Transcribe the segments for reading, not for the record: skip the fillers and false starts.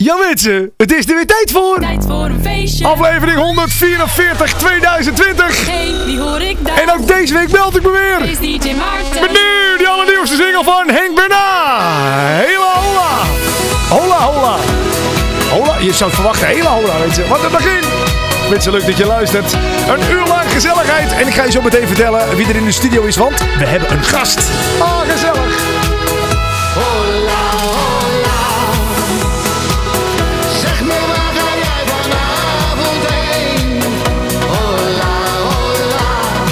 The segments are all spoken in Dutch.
Ja mensen, het is er weer tijd voor. Tijd voor een feestje. Aflevering 144 2020. Hey, die hoor ik daar. En ook deze week meld ik me weer. Is DJ Maarten. Met nu die allernieuwste single van Henk Bernard. Hela hola. Hola hola. Hola, je zou het verwachten. Hela hola, weet je. Wat een begin. Mensen, leuk dat je luistert. Een uur lang gezelligheid. En ik ga je zo meteen vertellen wie er in de studio is, want we hebben een gast. Ah, gezellig. Hola, hola. Zeg me, waar ga jij vanavond heen? Hola, hola.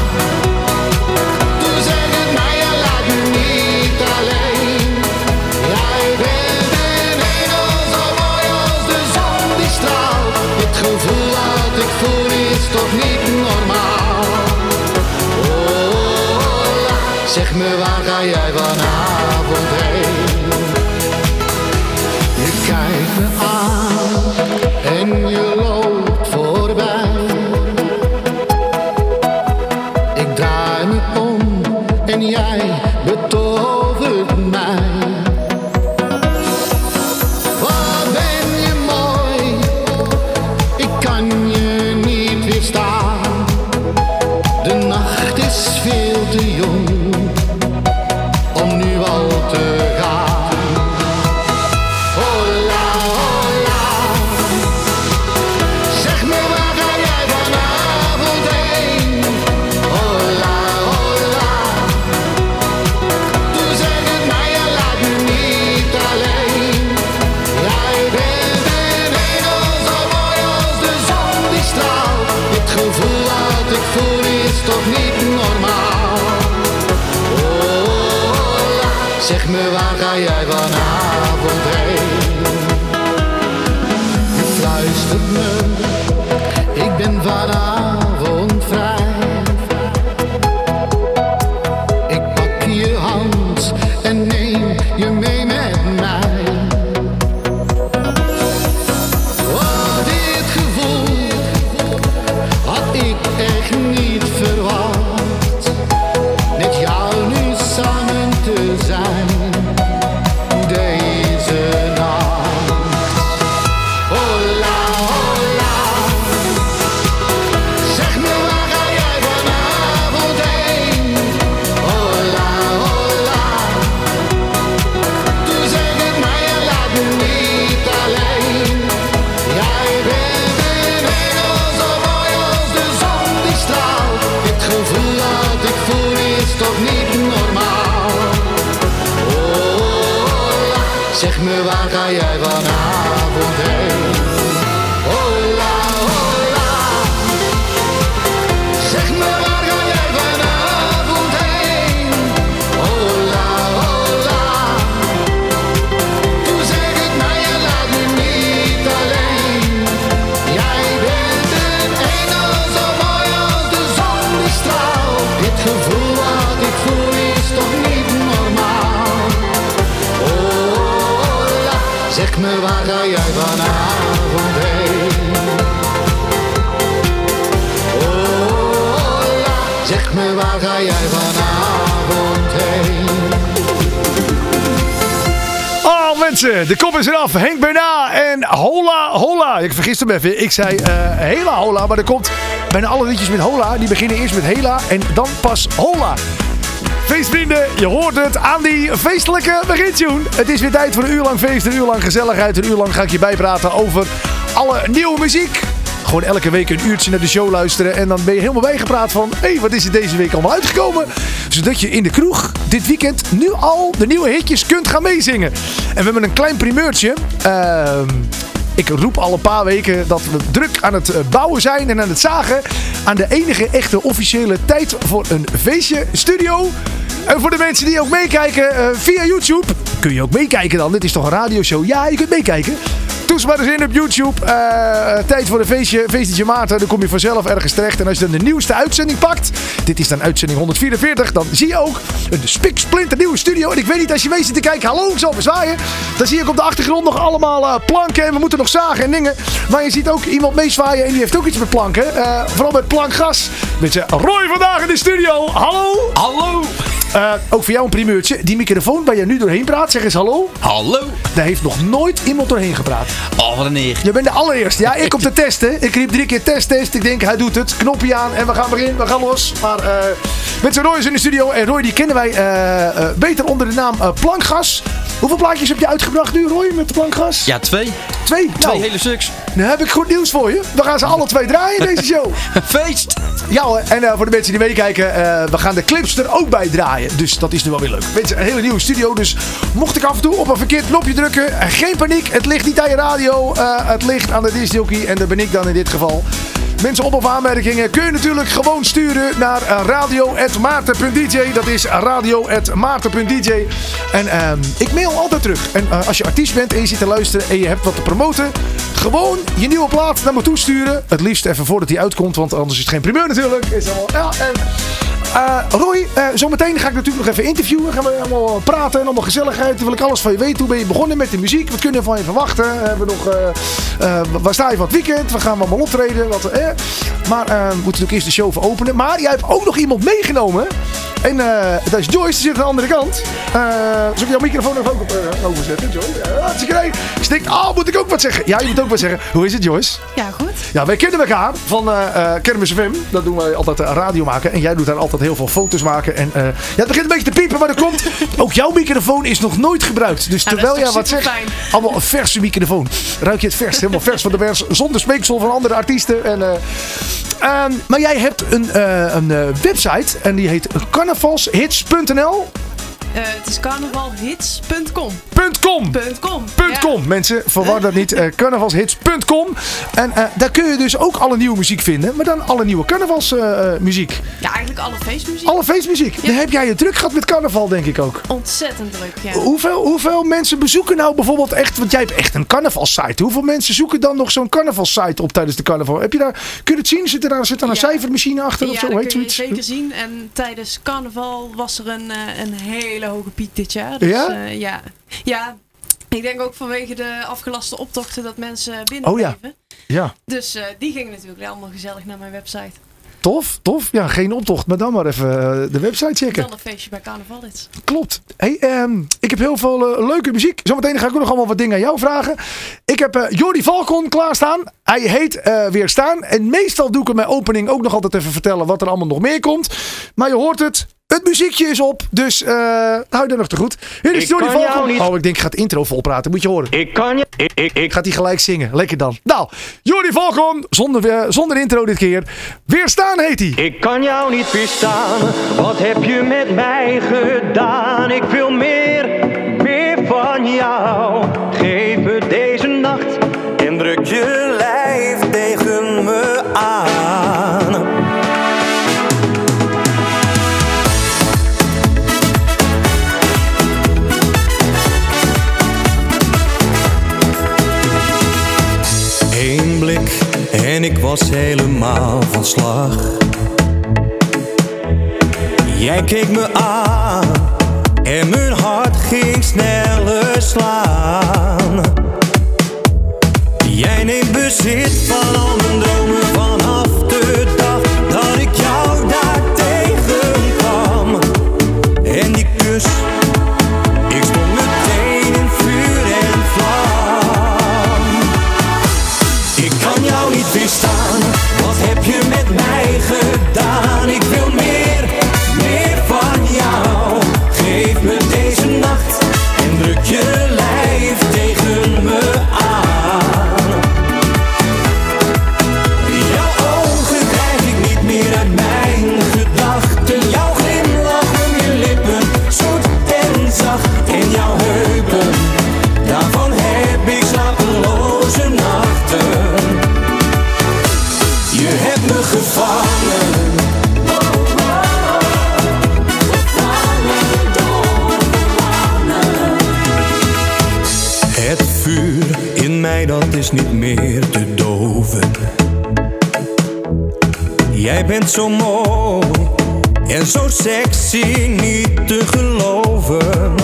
Doe zeg het mij en laat me niet alleen. Jij bent een engel zo mooi als de zon die straalt. Het gevoel dat ik voel is toch niet normaal. Hola, zeg me, waar ga jij vanavond heen? Je kijkt me aan en je loopt voorbij. Ik draai me om en jij betovert mij. Wat ben je mooi, ik kan je niet weerstaan. De nacht is veel te jong om nu al te gaan. Hola, hola. Zeg me, waar ga jij vanavond heen? Hola, hola. Doe zeg het mij en laat me niet alleen. Jij bent een engel zo mooi als de zon die straalt. Het gevoel dat ik voel is toch niet normaal. Hola, zeg me, waar ga jij vanavond heen? Je fluistert me, ik ben vanavond vrij. Ik pak je hand en neem je mee met mij. Oh, dit gevoel had ik echt niet verwacht. Met jou nu samen te zijn, deze nacht. Hola, hola. Zeg me, waar ga jij vanavond heen? Hola, hola. Doe zeg het mij en laat me niet alleen. Jij bent een engel zo mooi als de zon die straalt. Het gevoel dat ik voel is toch niet normaal. Hola, zeg me, waar ga jij vanavond heen? Hola, hola. Zeg me, waar ga jij vanavond heen? Hola, hola. Doe zeg het mij en laat me niet alleen. Jij bent een engel zo mooi als de zon die straalt. Dit gevoel wat ik voel is toch niet normaal. Hola, zeg me, waar ga jij vanavond heen? Hola, zeg me, waar ga jij vanavond heen? Oh mensen, de kop is eraf. Henk Bernard en Hola Hola. Ik vergis hem even. Ik zei Hela Hola, maar er komt bijna alle liedjes met Hola. Die beginnen eerst met Hela en dan pas Hola. Feestvrienden, je hoort het aan die feestelijke begintune. Het is weer tijd voor een uur lang feest, een uur lang gezelligheid. Een uur lang ga ik je bijpraten over alle nieuwe muziek. Gewoon elke week een uurtje naar de show luisteren. En dan ben je helemaal bijgepraat van, hé, wat is er deze week allemaal uitgekomen? Zodat je in de kroeg dit weekend nu al de nieuwe hitjes kunt gaan meezingen. En we hebben een klein primeurtje. Ik roep al een paar weken dat we druk aan het bouwen zijn en aan het zagen aan de enige echte officiële tijd voor een feestje studio. En voor de mensen die ook meekijken via YouTube. Kun je ook meekijken dan? Dit is toch een radioshow? Ja, je kunt meekijken. Toets maar eens in op YouTube. Tijd voor een feestje. Feestje Maarten. Dan kom je vanzelf ergens terecht. En als je dan de nieuwste uitzending pakt. Dit is dan uitzending 144. Dan zie je ook een spiksplinter nieuwe studio. En ik weet niet, als je mee zit te kijken. Hallo, ik zal even zwaaien. Dan zie ik op de achtergrond nog allemaal planken. En we moeten nog zagen en dingen. Maar je ziet ook iemand meezwaaien. En die heeft ook iets met planken. Vooral met plankgas. Met Roy vandaag in de studio. Hallo. Hallo. ook voor jou een primeurtje. Die microfoon waar je nu doorheen praat, zeg eens hallo. Hallo. Daar heeft nog nooit iemand doorheen gepraat. Oh, wat een eer. Je bent de allereerste. Ja, ik op de testen. Ik riep 3 keer test. Ik denk, hij doet het. Knopje aan en we gaan erin. We gaan los. Maar met zijn Roy is in de studio. En Roy, die kennen wij beter onder de naam Plankgas. Hoeveel plaatjes heb je uitgebracht nu, Roy, met de Plankgas? Ja, 2. 2? Twee hele stuks. Dan heb ik goed nieuws voor je. We gaan ze alle 2 draaien in deze show. Feest. Ja hoor, en voor de mensen die meekijken, we gaan de clips er ook bij draaien. Dus dat is nu wel weer leuk. Mensen, een hele nieuwe studio, dus mocht ik af en toe op een verkeerd knopje drukken, geen paniek. Het ligt niet aan je radio, het ligt aan de discjockey en dat ben ik dan in dit geval. Mensen op of aanmerkingen kun je natuurlijk gewoon sturen naar radio@maarten.dj. Dat is radio@maarten.dj. En ik mail altijd terug. En als je artiest bent en je zit te luisteren en je hebt wat te promoten, gewoon je nieuwe plaat naar me toesturen. Het liefst even voordat die uitkomt, want anders is het geen primeur natuurlijk. Is allemaal, ja, Roy, zometeen ga ik natuurlijk nog even interviewen. Gaan we allemaal praten en allemaal gezelligheid. Dan wil ik alles van je weten. Hoe ben je begonnen met de muziek? Wat kunnen we van je verwachten? Hebben we nog, waar sta je van het weekend? Waar gaan we allemaal optreden? Maar we moeten natuurlijk eerst de show voor openen. Maar jij hebt ook nog iemand meegenomen. En dat is Joyce, die zit aan de andere kant. Zal ik jouw microfoon nog ook op overzetten, Joyce? Hartstikke idee. Dus ik denk, moet ik ook wat zeggen? Ja, je moet ook wat zeggen. Hoe is het, Joyce? Ja, goed. Ja, wij kennen elkaar van Kermis FM. Dat doen wij altijd radio maken. En jij doet daar altijd heel veel foto's maken. En het begint een beetje te piepen, maar dat komt. Ook jouw microfoon is nog nooit gebruikt. Dus terwijl jij wat zegt, allemaal een verse microfoon. Ruik je het vers, helemaal vers van de vers. Zonder speeksel van andere artiesten. Maar jij hebt een website en die heet carnavalshits.nl. Het is carnavalhits.com. .com, mensen, verwar dat niet. Carnavalshits.com. En daar kun je dus ook alle nieuwe muziek vinden. Maar dan alle nieuwe carnavalsmuziek. Ja, eigenlijk alle feestmuziek. Alle feestmuziek. Ja. Dan heb jij je druk gehad met carnaval, denk ik ook. Ontzettend druk, ja. Hoeveel mensen bezoeken nou bijvoorbeeld echt... Want jij hebt echt een carnavalsite. Hoeveel mensen zoeken dan nog zo'n carnavalsite op tijdens de carnaval? Kun je het zien? Zit er een cijfermachine achter of zo? Ja, dat heet kun je zoiets? zeker zien. En tijdens carnaval was er een hele hoge piek dit jaar. Dus, Ja? Ja, ik denk ook vanwege de afgelaste optochten dat mensen binnenbleven. Ja. Dus die gingen natuurlijk allemaal gezellig naar mijn website. Tof. Ja, geen optocht, maar dan maar even de website checken. Dan een feestje bij Carnavalhits. Klopt. Hey, ik heb heel veel leuke muziek. Zometeen ga ik ook nog allemaal wat dingen aan jou vragen. Ik heb Jordi Valkon klaarstaan. Hij heet Weerstaan. En meestal doe ik in mijn opening ook nog altijd even vertellen wat er allemaal nog meer komt. Maar je hoort het. Het muziekje is op, dus hou je nog te goed. Hier is Jordi Valkon. Oh, ik denk ik ga het intro vol praten. Moet je horen. Gaat hij gelijk zingen. Lekker dan. Nou, Jordi Valkon, zonder intro dit keer. Weerstaan heet hij. Ik kan jou niet weerstaan, wat heb je met mij gedaan? Ik wil meer van jou. Geef me deze nacht en druk je lijf tegen me aan. Eén blik en ik was helemaal van slag. Jij keek me aan en mijn hart ging sneller slaan. Jij neemt bezit van al mijn dromen vanaf de dag dat ik jou daar tegenkwam. En die kus, ik stond meteen in vuur en vlam. Ik kan jou niet weerstaan, wat heb je met mij gedaan? Ik wil meer van jou. Geef me deze nacht en druk je lijf tegen me aan. Jouw ogen krijg ik niet meer uit mijn gedachten. Jouw glimlach om je lippen, zoet en zacht. En jouw heupen, daarvan heb ik slapeloze nachten. Je hebt me gevangen. Het vuur in mij, dat is niet meer te doven. Jij bent zo mooi en zo sexy, niet te geloven.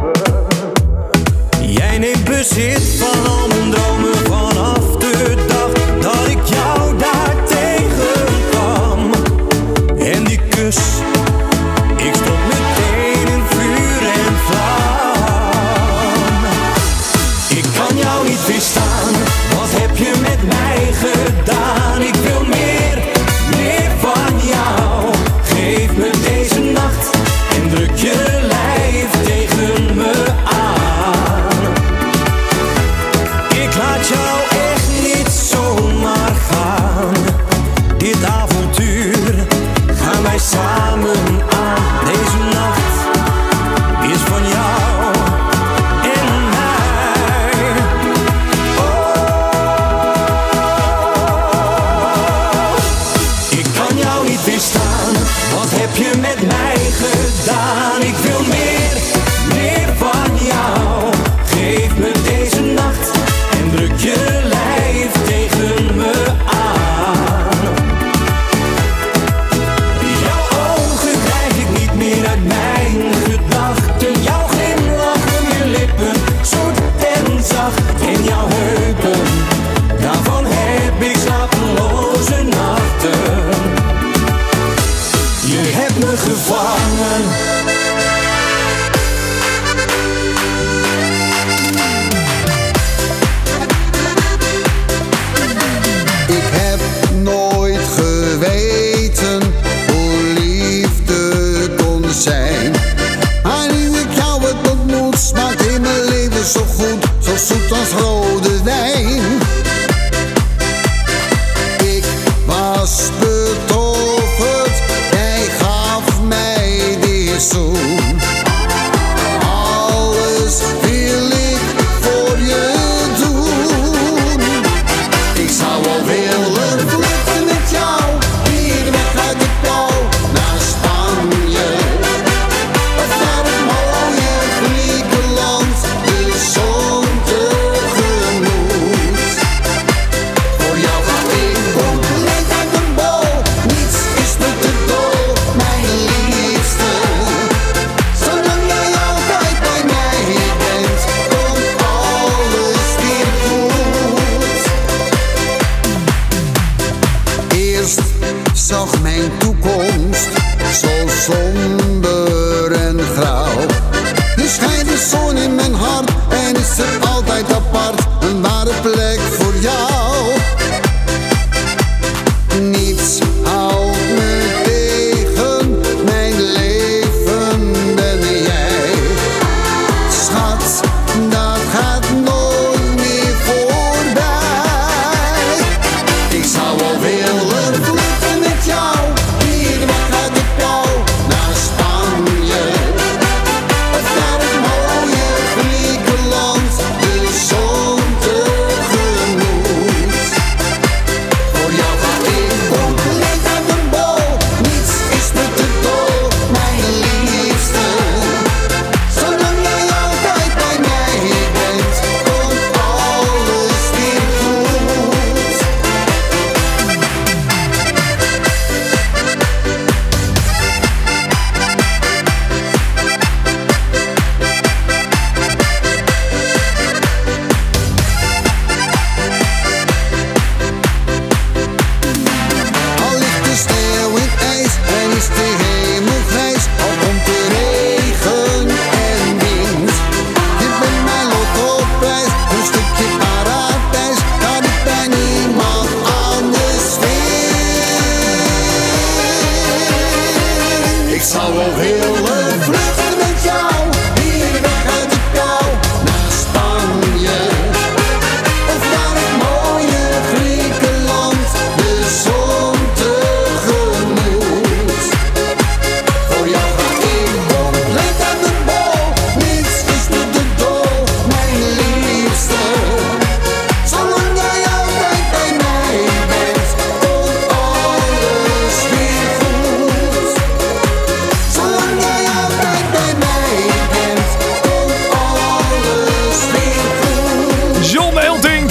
Jij neemt bezit van al mijn dromen vanaf de dag dat ik jou daar tegenkwam. En die kus, ik stond meteen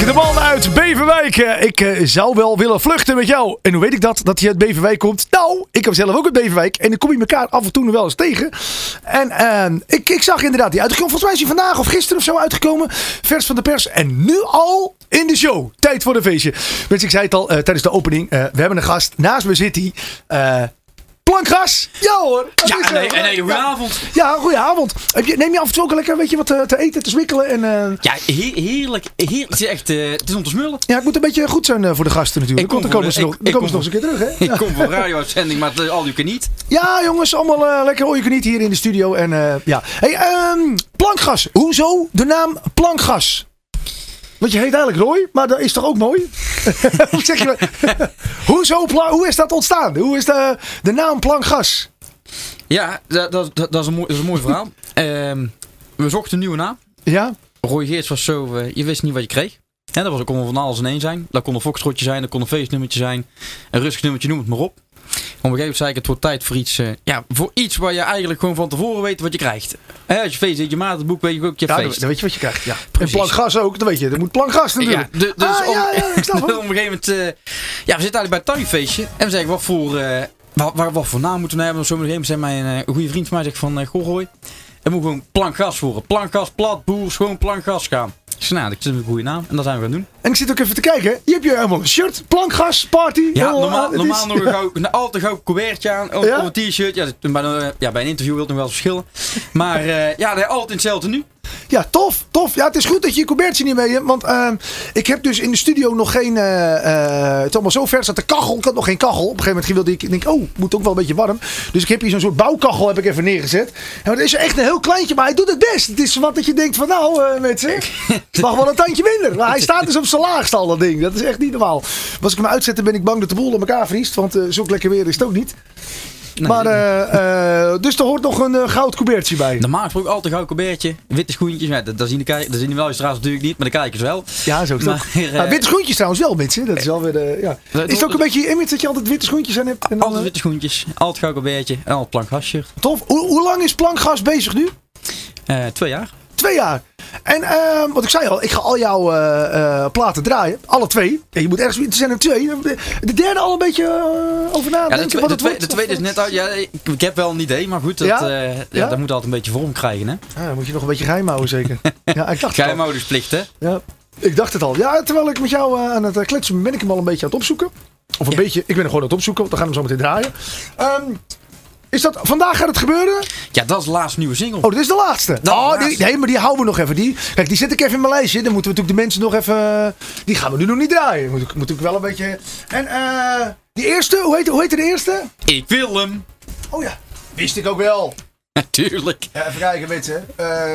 de man uit Beverwijk. Ik zou wel willen vluchten met jou. En hoe weet ik dat? Dat hij uit Beverwijk komt? Nou, ik heb zelf ook uit Beverwijk. En dan kom je elkaar af en toe nog wel eens tegen. En ik zag inderdaad die uitgekomen. Volgens mij is hij vandaag of gisteren of zo uitgekomen. Vers van de pers. En nu al in de show. Tijd voor een feestje. Mensen, ik zei het al tijdens de opening. We hebben een gast. Naast me zit hij. Plankgas? Ja hoor. Ja, nee, goedenavond. Ja, goedenavond. Neem je af en toe ook lekker weet je, wat te eten, te zwikkelen? En, Ja, heerlijk. Het is echt, het is om te smullen. Ja, het moet een beetje goed zijn voor de gasten natuurlijk. Dan komen ze nog eens een keer terug, hè? Ik kom voor radio-uitzending, maar al u kan niet. Ja, jongens, allemaal lekker all you can eat hier in de studio. En ja. Hey, Plankgas. Hoezo de naam Plankgas? Want je heet eigenlijk Roy, maar dat is toch ook mooi? Hoe zeg je hoe is dat ontstaan? Hoe is de naam Plankgas? Ja, dat is een mooi verhaal. We zochten een nieuwe naam. Ja? Roy Geerts was zo, je wist niet wat je kreeg. Ja, dat kon van alles in één zijn. Dat kon een foxtrotje zijn, dat kon een feestnummertje zijn. Een rustig nummertje, noem het maar op. Op een gegeven moment zei ik, het wordt tijd voor iets waar je eigenlijk gewoon van tevoren weet wat je krijgt. Als je feest zit, je maat het boek, weet je ook je feest. Dan weet je wat je krijgt. Ja. En Plankgas ook, dan weet je. Er moet Plankgas natuurlijk. Ja, ik snap het. Op een gegeven moment, we zitten eigenlijk bij het tuinfeestje. En we zeggen, wat voor naam moeten we hebben? Zo op een gegeven moment zei mijn een goede vriend van mij, zegt van, goh Roy, er moet gewoon Plankgas voeren. Plankgas, plat, boers, gewoon Plankgas gaan. Ik zei, nou, dat is een goede naam. En dat zijn we gaan doen. En ik zit ook even te kijken. Je hebt hier helemaal een shirt. Plankgas, party. Ja, normaal nog een altijd gauw couvertje aan. Of een t-shirt. Ja, bij een interview wil het nog wel verschillen. Maar altijd hetzelfde nu. Ja, tof. Ja, het is goed dat je coubertje niet mee hebt. Want ik heb dus in de studio nog geen... het is allemaal zo vers dat de kachel... Ik had nog geen kachel. Op een gegeven moment wilde ik... het moet ook wel een beetje warm. Dus ik heb hier zo'n soort bouwkachel heb ik even neergezet. En het is echt een heel kleintje, maar hij doet het best. Het is wat dat je denkt van mensen... Het mag wel een tandje minder. Maar hij staat dus op zijn laagste al, dat ding. Dat is echt niet normaal. Als ik hem uitzet, dan ben ik bang dat de boel aan elkaar vriest. Want zo lekker weer is het ook niet. Nee, maar, dus er hoort nog een goud coubertje bij. Normaal gesproken altijd een goud coubertje. Witte schoentjes. Ja, dat zien de luisteraars natuurlijk niet, maar de kijkers wel. Ja, zo is het ook. Witte schoentjes trouwens wel, mensen. Dat is wel weer de... Ja. Is het ook een beetje image dat je altijd witte schoentjes aan hebt? En dan, altijd witte schoentjes, altijd goud coubertje en altijd Plankgas-shirt. Tof. Hoe lang is Plankgas bezig nu? 2 jaar. 2 jaar. En wat ik zei al, ik ga al jouw platen draaien. Alle 2. Ja, je moet ergens, er zijn er 2. De derde al een beetje over nadenken. Ja, de tweede is net uit. Ja, ik heb wel een idee, maar goed. Dat moet altijd een beetje vorm krijgen. Hè? Ja, dan moet je nog een beetje geheim houden zeker. Ja, ik dacht geheimhoudersplicht, hè? Ja, ik dacht het al. Ja, terwijl ik met jou aan het kletsen ben ik hem al een beetje aan het opzoeken. Of een beetje, ik ben er gewoon aan het opzoeken, want we gaan hem zo meteen draaien. Vandaag gaat het gebeuren? Ja, dat is de laatste nieuwe single. Oh, dat is de laatste? Nee, maar die houden we nog even. Kijk, die zet ik even in mijn lijstje. Dan moeten we natuurlijk de mensen nog even... Die gaan we nu nog niet draaien. Moet ik wel een beetje... En die eerste, hoe heet de eerste? Ik wil hem. Oh ja, wist ik ook wel. Natuurlijk. Ja, even kijken mensen.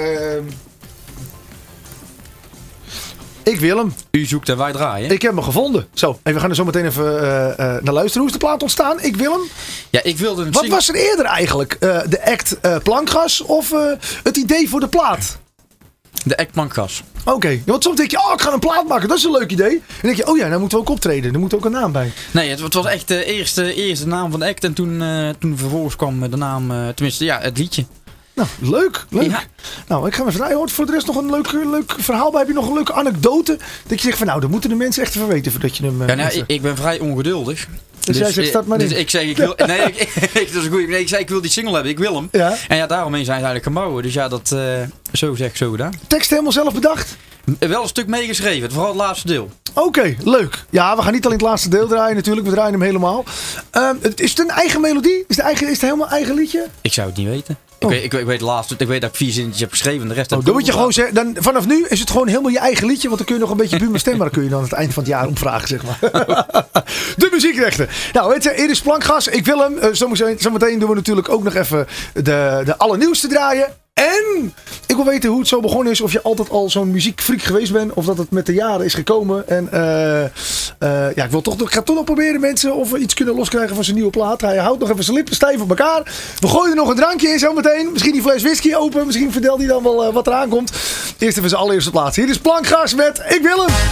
Ik wil hem. U zoekt en wij draaien. Ik heb hem gevonden. Zo, en we gaan er zo meteen even naar luisteren. Hoe is de plaat ontstaan? Ik wil hem. Ja, ik wilde een Wat was er eerder eigenlijk? De act Plankgas of het idee voor de plaat? De act Plankgas. Oké, want soms denk je, ik ga een plaat maken. Dat is een leuk idee. En dan denk je, nou moeten we ook optreden. Er moet ook een naam bij. Nee, het was echt eerst de naam van de act. En toen vervolgens kwam de naam, tenminste het liedje. Nou, leuk. Ja. Nou, ik ga even draaien. Hoort voor de rest nog een leuk verhaal bij. Heb je nog een leuke anekdote? Dat je zegt van, dan moeten de mensen echt even weten voordat je hem... ik ben vrij ongeduldig. Dus jij zegt, start maar in. Dus ik zeg, ik wil... Nee, dat is een goeie. Nee, ik zei, ik wil die single hebben. Ik wil hem. Ja. En daaromheen zijn ze eigenlijk gaan bouwen. Dus ja, dat... zo zeg, zo gedaan. Tekst helemaal zelf bedacht? Wel een stuk meegeschreven. Vooral het laatste deel. Oké, leuk. Ja, we gaan niet alleen het laatste deel draaien natuurlijk. We draaien hem helemaal. Is het een eigen melodie? Is het helemaal eigen liedje? Ik zou het niet weten. Ik weet de laatste. Ik weet dat ik 4 zinnetjes heb geschreven. De rest dan moet je gewoon zeggen. Dan, vanaf nu is het gewoon helemaal je eigen liedje. Want dan kun je nog een beetje Buma Stemma. Dan kun je dan aan het eind van het jaar opvragen, zeg maar. De muziekrechten. Nou, weet je, hier is Plankgas. Ik wil hem. Zometeen doen we natuurlijk ook nog even de allernieuwste draaien. En ik wil weten hoe het zo begonnen is. Of je altijd al zo'n muziekfreak geweest bent. Of dat het met de jaren is gekomen. En ik ga toch nog proberen mensen. Of we iets kunnen loskrijgen van zijn nieuwe plaat. Hij houdt nog even zijn lippen stijf op elkaar. We gooien er nog een drankje in zometeen. Misschien die fles whisky open. Misschien vertelt hij dan wel wat eraan komt. Eerst even zijn allereerste plaats. Hier is Plankgas met Ik wil hem.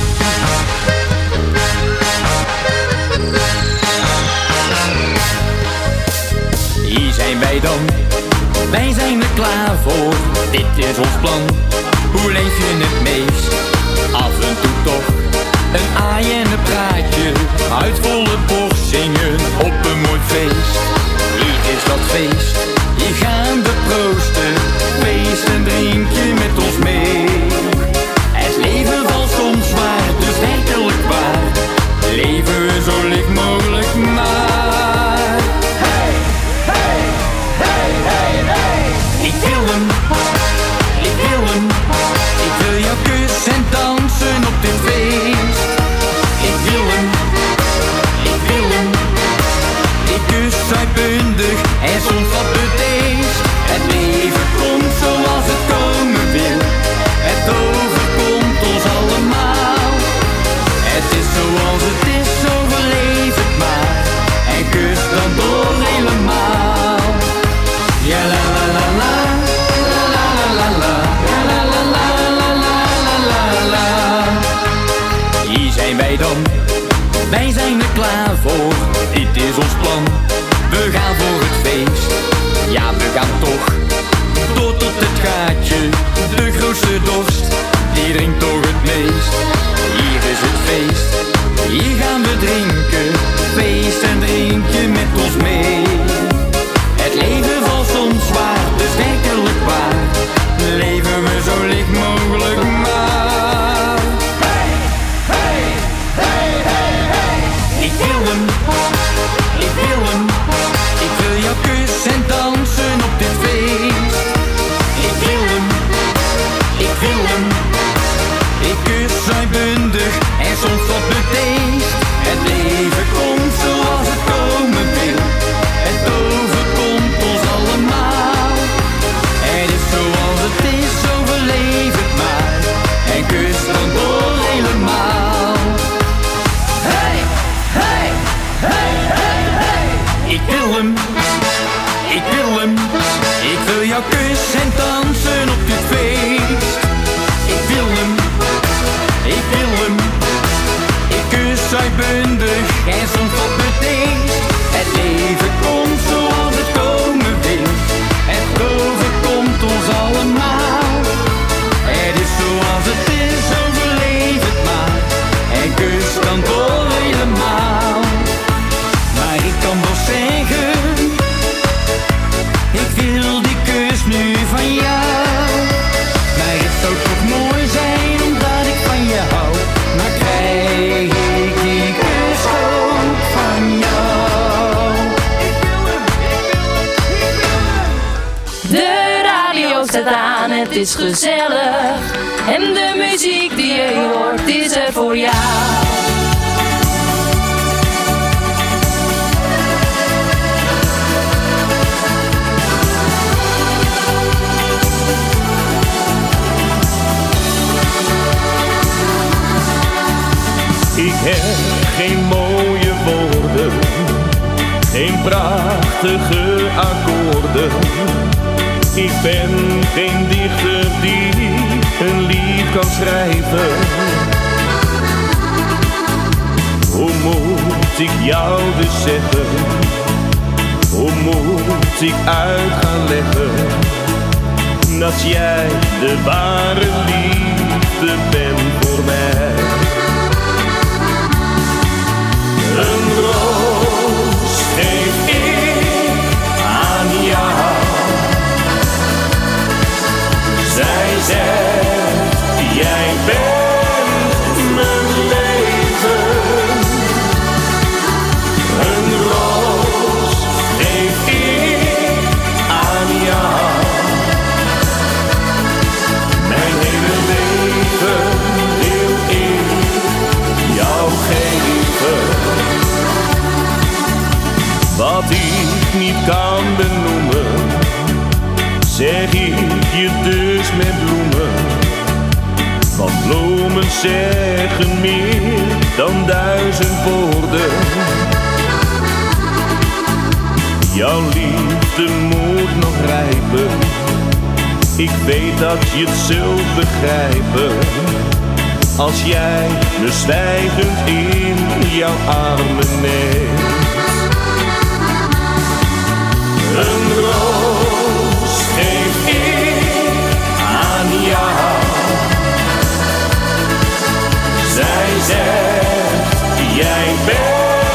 Hier zijn wij dan. Wij zijn er klaar voor, dit is ons plan. Hoe leef je het meest? Af en toe toch uit volle borst zingen op een mooi feest. Hier is dat feest, hier gaan we proosten. Feest en drink je met ons mee. Het leven valt soms zwaar, dus werkelijk waar. Leven we zo licht mogelijk maar. Hey, hey, hey, hey, hey. Ik wil hem, ik wil hem. Ik wil jou kussen en dansen op dit feest. Ik wil hem, ik wil hem. Ik kus uitbundig en soms wat bedeesd. Het leven komt zoals het komen wil. Het overkomt ons allemaal. Het is zoals het is, overleef het maar. En kus dan door helemaal. Ja la la la la, la la la la, ja la la la la la la la. Hier zijn wij dan, wij zijn er klaar voor. Dit is ons plan, we gaan voor het feest. Ja, we gaan toch, tot op het gaatje. De grootste dorst, die drinkt toch het meest. Hier is het feest, hier gaan we drinken. Feest en drink je met ons mee. Het leven valt soms zwaar, dus werkelijk waar. Leven we zo licht mogelijk maar. Hey, hey, hey, hey, hey. Ik wil hem, ik wil hem. Ik wil jou kussen en dansen op dit feest. Ik wil hem, ik wil hem. Ik kus uitbundig en soms wat bedeesd. Het leven komt zoals het komen wil. Het overkomt ons allemaal. Het is zoals het is, overleef het maar. En kus dan door helemaal. Hey, hey, hey, hey, hey. Ik wil hem, ik wil hem. Ik wil jou kussen en dansen op dit feest. Ik wil hem, ik wil hem. Ik kus uitbundig en soms wat bedeesd. Het leven komt zoals het komen wil. Het overkomt ons allemaal. Het is zoals het is, overleef het maar. En kus dan door helemaal. Maar ik kan wel zeggen, ik wil die kus nu van jou. Maar het zou toch mooi zijn omdat ik van je hou. Maar krijg ik die kus ook van jou? Ik wil hem, ik wil hem. De radio staat aan, het is gezellig. En de muziek die je hoort is er voor jou. Ik heb geen mooie woorden, geen prachtige akkoorden. Ik ben geen dichter die een lied kan schrijven. Hoe moet ik jou dus zeggen? Hoe moet ik uit gaan leggen? Dat jij de ware liefde bent voor mij. Een roos geef ik aan jou. Zij zegt, jij bent mijn leven. Een roos geef ik aan jou. Mijn hele leven wil ik jou geven. Wat ik niet kan benoemen, zeg ik je dus met bloemen. Want bloemen zeggen meer dan 1000 woorden. Jouw liefde moet nog rijpen. Ik weet dat je het zult begrijpen. Als jij me zwijgend in jouw armen neemt. Een roos geef ik aan jou. Zij zegt, jij bent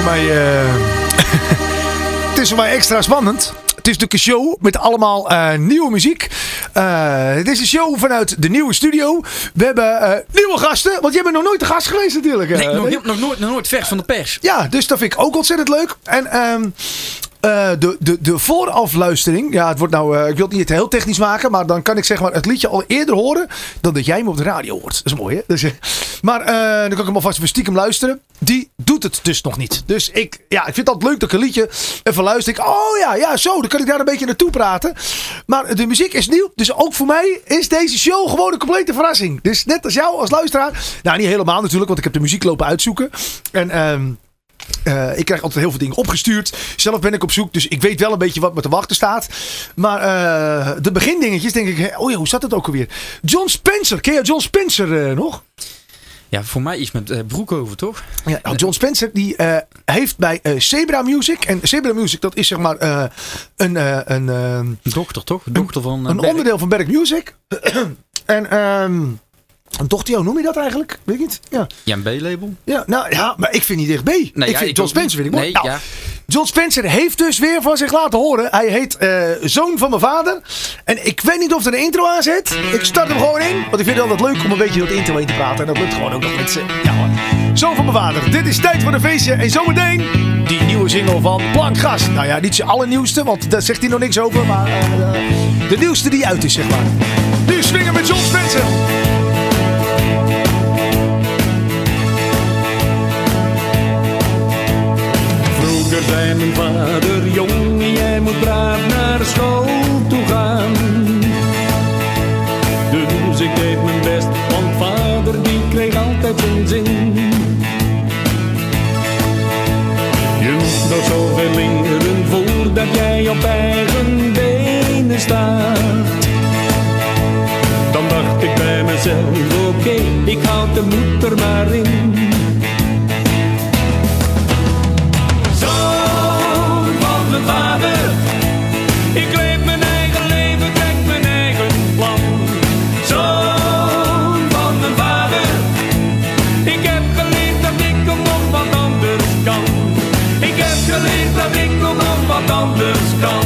Het is voor mij extra spannend. Het is natuurlijk een show met allemaal nieuwe muziek. Het is een show vanuit de nieuwe studio. We hebben nieuwe gasten. Want jij bent nog nooit de gast geweest natuurlijk. Nee, nog nooit vers van de pers. Ja, dus dat vind ik ook ontzettend leuk. En de voorafluistering. Ja, het wordt nou. Ik wil het niet heel technisch maken. Maar dan kan ik zeg maar het liedje al eerder horen. Dan dat jij hem op de radio hoort. Dat is mooi, hè? Dus, maar dan kan ik hem alvast even stiekem luisteren. Die doet het dus nog niet. Dus ik vind het altijd leuk dat ik een liedje even luister. Zo. Dan kan ik daar een beetje naartoe praten. Maar de muziek is nieuw. Dus ook voor mij is deze show gewoon een complete verrassing. Dus net als jou als luisteraar. Nou, niet helemaal natuurlijk. Want ik heb de muziek lopen uitzoeken. En ik krijg altijd heel veel dingen opgestuurd. Zelf ben ik op zoek, dus ik weet wel een beetje wat me te wachten staat. Maar de begindingetjes denk ik, hoe zat het ook alweer? John Spencer, ken je John Spencer nog? Ja, voor mij iets met Broekhoven, toch? Ja, John Spencer die heeft bij Zebra Music. En Zebra Music, dat is zeg maar een dochter, toch? Dochter van een onderdeel van Berk Music. En een dochter, hoe noem je dat eigenlijk? Weet ik niet. Ja, een B-label? Ja, maar ik vind niet echt B. Nee, ik vind John Spencer vind ik mooi. Nee, John Spencer heeft dus weer van zich laten horen. Hij heet Zoon van mijn vader. En ik weet niet of er een intro aan zit. Ik start hem gewoon in. Want ik vind het altijd leuk om een beetje dat intro in te praten. En dat lukt gewoon ook nog met Zoon van mijn vader. Dit is tijd voor een feestje. En zometeen die nieuwe single van Plankgas. Nou ja, niet zijn allernieuwste. Want daar zegt hij nog niks over. Maar de nieuwste die uit is, zeg maar. Nu swingen met John Spencer. Vroeger zei mijn vader, jongen, jij moet braaf naar school toe gaan. Dus ik deed mijn best, want vader die kreeg altijd zijn zin. Je moet nog zoveel leren voordat jij op eigen benen staat. Dan dacht ik bij mezelf, oké, ik houd de moed er maar in. Vader, ik leef mijn eigen leven, trek mijn eigen plan. Zoon van mijn vader, ik heb geleerd dat ik om wat anders kan. Ik heb geleerd dat ik om wat anders kan.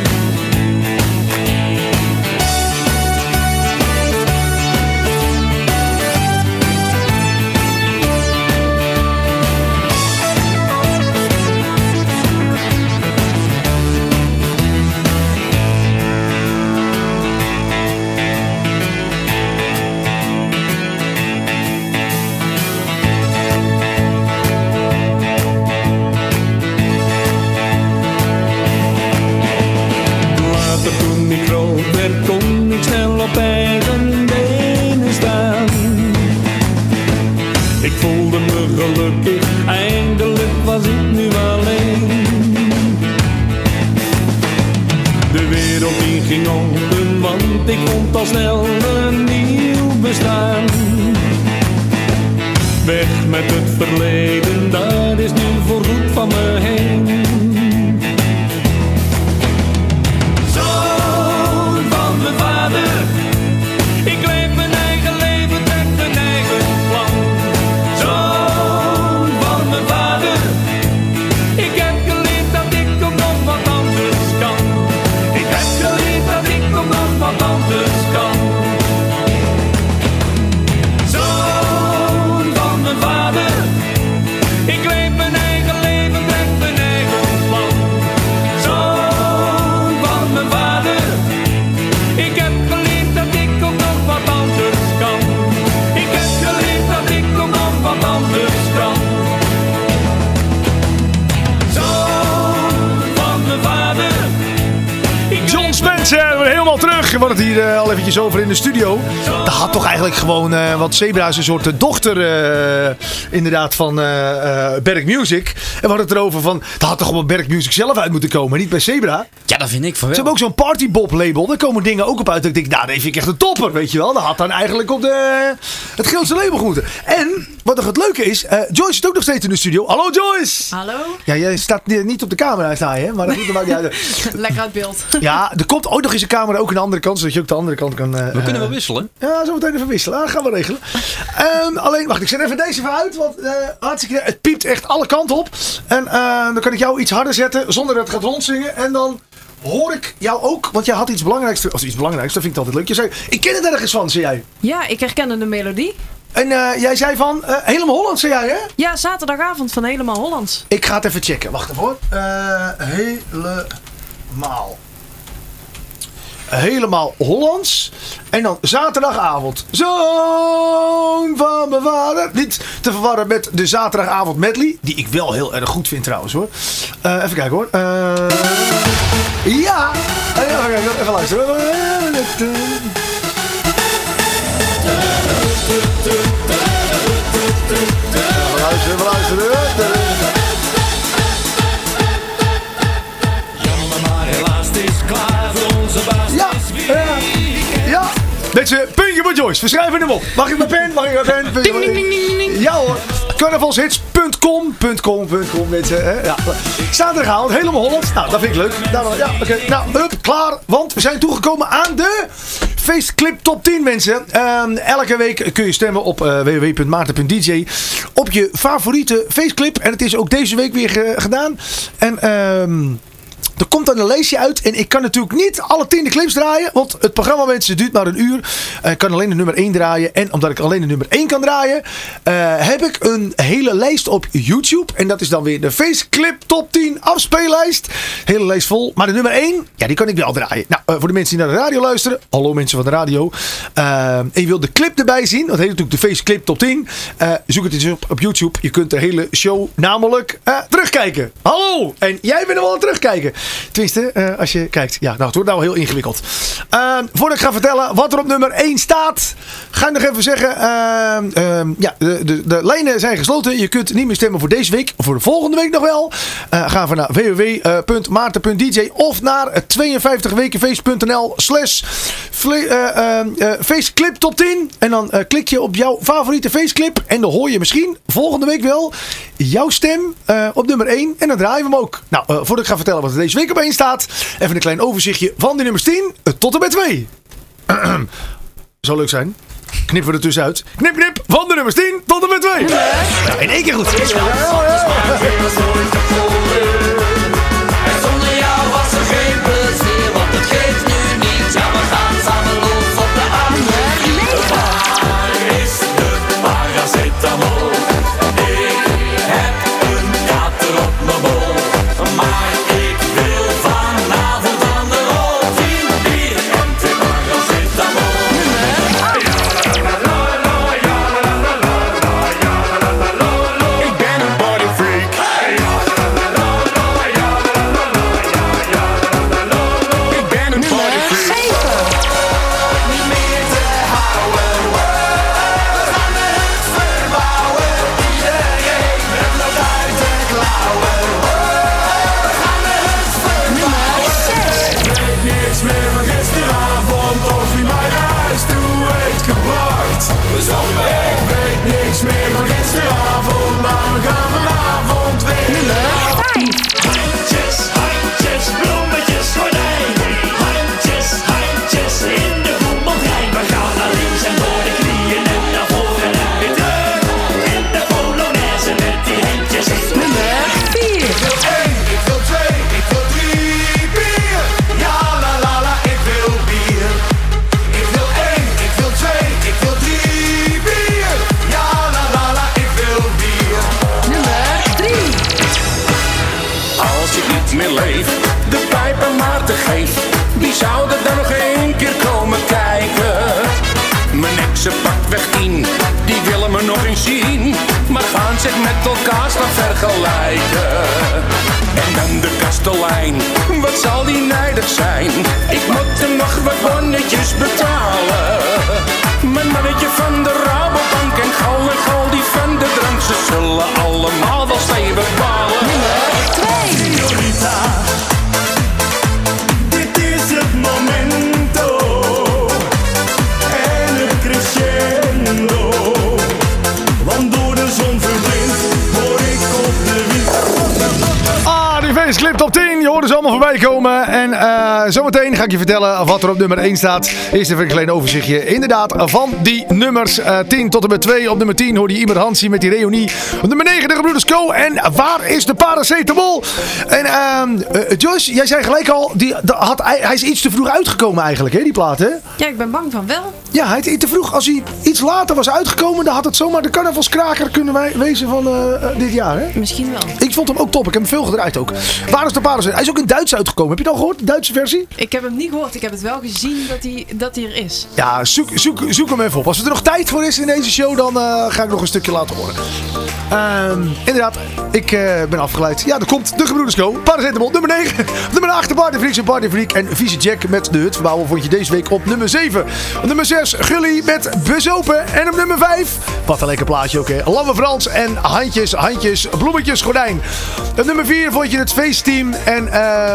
Kon ik snel op eigen benen staan. Ik voelde me gelukkig, eindelijk was ik nu alleen. De wereld die ging open, want ik vond al snel een nieuw bestaan. Weg met het verleden, dat is nu voorgoed van me heen. Mijn vader, ik leef mijn eigen leven, trek mijn eigen plan. Zoon van mijn vader, ik heb geleerd dat ik nog wat anders kan. Ik heb geleerd dat ik nog wat anders kan. Zoon van mijn vader, ik leef mijn eigen leven, trek mijn eigen plan. Zoon van mijn vader, ik heb geleerd dat ik nog wat anders kan. Ik heb geleerd dat ik nog wat anders kan. Zoon van mijn vader. John Spencer, helemaal terug. We hadden het hier al eventjes over in de studio. Dat had toch eigenlijk gewoon, want Zebra is een soort dochter inderdaad van Berk Music. En we hadden het erover van, dat had toch gewoon Berk Music zelf uit moeten komen, niet bij Zebra. Ja, dat vind ik van wel. Ze hebben ook zo'n Partybob label, daar komen dingen ook op uit. Ik denk, nou, dat vind ik echt een topper, weet je wel. Dat had dan eigenlijk op het Geelse label moeten. En, wat nog het leuke is, Joyce zit ook nog steeds in de studio. Hallo Joyce! Hallo? Ja, jij staat niet op de camera, sta je, hè? Maar dat maakt niet uit. Lekker uit beeld. Ja, er komt ooit nog eens een camera ook aan de andere kant, zodat je ook de andere kant kan... We kunnen wel wisselen. Ja, zo meteen even wisselen. Dat gaan we regelen. Alleen, wacht, ik zet even deze even uit. Want hartstikke, het piept echt alle kanten op. En dan kan ik jou iets harder zetten zonder dat het gaat rondzingen. En dan hoor ik jou ook, want jij had iets belangrijks. Of iets belangrijks, dat vind ik altijd leuk. Je zei, ik ken het ergens van, zei jij. Ja, ik herkende de melodie. En jij zei van, Helemaal Holland, zei jij, hè? Ja, zaterdagavond van Helemaal Hollands. Ik ga het even checken. Wacht even hoor. Helemaal Hollands. En dan zaterdagavond. Zoon van mijn vader. Niet te verwarren met de zaterdagavond medley. Die ik wel heel erg goed vind trouwens hoor. Even kijken hoor. Ja. Even luisteren. Even luisteren. Jammer maar helaas, het is klaar. Onze baas Ja, is weer. ja. Mensen, puntje voor Joyce. We schrijven hem op. Mag ik mijn pen? Ja hoor. Carnavalshits.com mensen. Hè? Ja. Zaterdagavond, Helemaal Holland. Nou, dat vind ik leuk. Ja, oké. Nou, up, klaar. Want we zijn toegekomen aan de Feestclip Top 10 mensen. Elke week kun je stemmen op www.maarten.dj op je favoriete feestclip. En het is ook deze week weer gedaan. En er komt dan een lijstje uit. En ik kan natuurlijk niet alle 10 clips draaien. Want het programma mensen duurt maar een uur. Ik kan alleen de nummer 1 draaien. En omdat ik alleen de nummer 1 kan draaien. Heb ik een hele lijst op YouTube. En dat is dan weer de Feestclip Top 10 afspeellijst. Hele lijst vol. Maar de nummer 1. Ja, die kan ik wel draaien. Nou, voor de mensen die naar de radio luisteren. Hallo mensen van de radio. En je wilt de clip erbij zien. Dat heet natuurlijk de Feestclip Top 10. Zoek het eens op YouTube. Je kunt de hele show namelijk terugkijken. Hallo. En jij bent er wel aan het terugkijken. Tenminste, als je kijkt. Ja, nou, het wordt nou heel ingewikkeld. Voordat ik ga vertellen wat er op nummer 1 staat. Ga ik nog even zeggen. Ja, de lijnen zijn gesloten. Je kunt niet meer stemmen voor deze week. Voor de volgende week nog wel. Ga even naar www.maarten.dj of naar 52wekenfeest.nl/feestclip top 10. En dan klik je op jouw favoriete feestclip. En dan hoor je misschien volgende week wel jouw stem op nummer 1. En dan draaien we hem ook. Nou, voordat ik ga vertellen wat er deze week op 1 staat. Even een klein overzichtje van de nummers 10 tot en met 2. Zou leuk zijn. Knippen we er tussenuit. Knip, knip. Van de nummers 10 tot en met 2. Ja, in één keer goed. En zonder jou was er geen plezier, want het geeft nu niet. Ja, we gaan samen los op de aanleg. Waar is de paracetamol? Ik heb een kater op mijn bol. Maar ik wil vanavond aan de rol. 10 bier en 2 paracetamol. Ik ben een bodyfreak. Ik ben een bodyfreak. Niet meer te houden. We gaan de hut verbouwen. Iedereen met nog uit de klauwen. We gaan de hut verbouwen. Ik weet niks meer van gisteravond of wie mij naar huis toe heeft gebracht. Ik weet niks meer van gisteravond, maar we gaan vanavond weer. Handjes, handjes, bloemetjes, gordijn. Handjes, handjes, in de voetbaltrein. We gaan naar links en door de knieën en naar voren en weer terug. In de Polonaise met die handjes. Ik wil 1, ik wil 2, ik wil 3 bier. Ja, la la la, ik wil bier. Ik wil 1, ik wil 2, ik wil 3 bier. Ja, la la la, ik wil bier. Als ik niet meer leef, de pijpen maar te geef, wie zou er dan nog 1 keer komen kijken? Mijn exen pakt weg 10, die willen me nog eens zien, maar gaan zich met elkaar staan vergelijken. En dan de kastelein, wat zal die nijdig zijn? Ik moet hem nog wat bonnetjes betalen. Mijn mannetje van de Rabobank en Gal die van de drank, ze zullen allemaal wel stevig balen. Señorita, dit is het momento en het crescendo, want door de zon verblind hoor ik op de wind. Ah, de TV's Clip Top 10. Je hoort ze allemaal voorbij komen. En zometeen ga ik je vertellen wat er op nummer 1 staat. Eerst even een klein overzichtje. Inderdaad, van die nummers 10 tot en met 2. Op nummer 10 hoorde je Iber Hansie met die reunie. Op nummer 9 de Gebroeders Co. En waar is de paracetamol? En Joyce, jij zei gelijk al, hij is iets te vroeg uitgekomen eigenlijk, hè, die plaat, hè? Ja, ik ben bang van wel. Ja, hij is te vroeg. Als hij iets later was uitgekomen, dan had het zomaar de carnavalskraker kunnen wezen van dit jaar, hè? Misschien wel. Ik vond hem ook top. Ik heb hem veel gedraaid ook. Waar is de paracetamol? Hij is ook in Duits uitgekomen. Heb je het al gehoord, de Duitse versie? Ik heb hem niet gehoord. Ik heb het wel gezien dat hij er is. Ja, zoek hem even op. Als er nog tijd voor is in deze show, dan ga ik nog een stukje laten horen. Inderdaad, ik ben afgeleid. Ja, er komt de Gebroeders Co. Paracetamol, nummer 9. Op nummer 8 de Party Freaks en Party Freak. En Vieze Jack met de Hutverbouwer vond je deze week op nummer 7. Op nummer 6 Gully met Bezopen. En op nummer 5, wat een lekker plaatje ook, hè. Lange Frans en handjes, bloemetjes, gordijn. Op nummer 4 vond je het feestteam en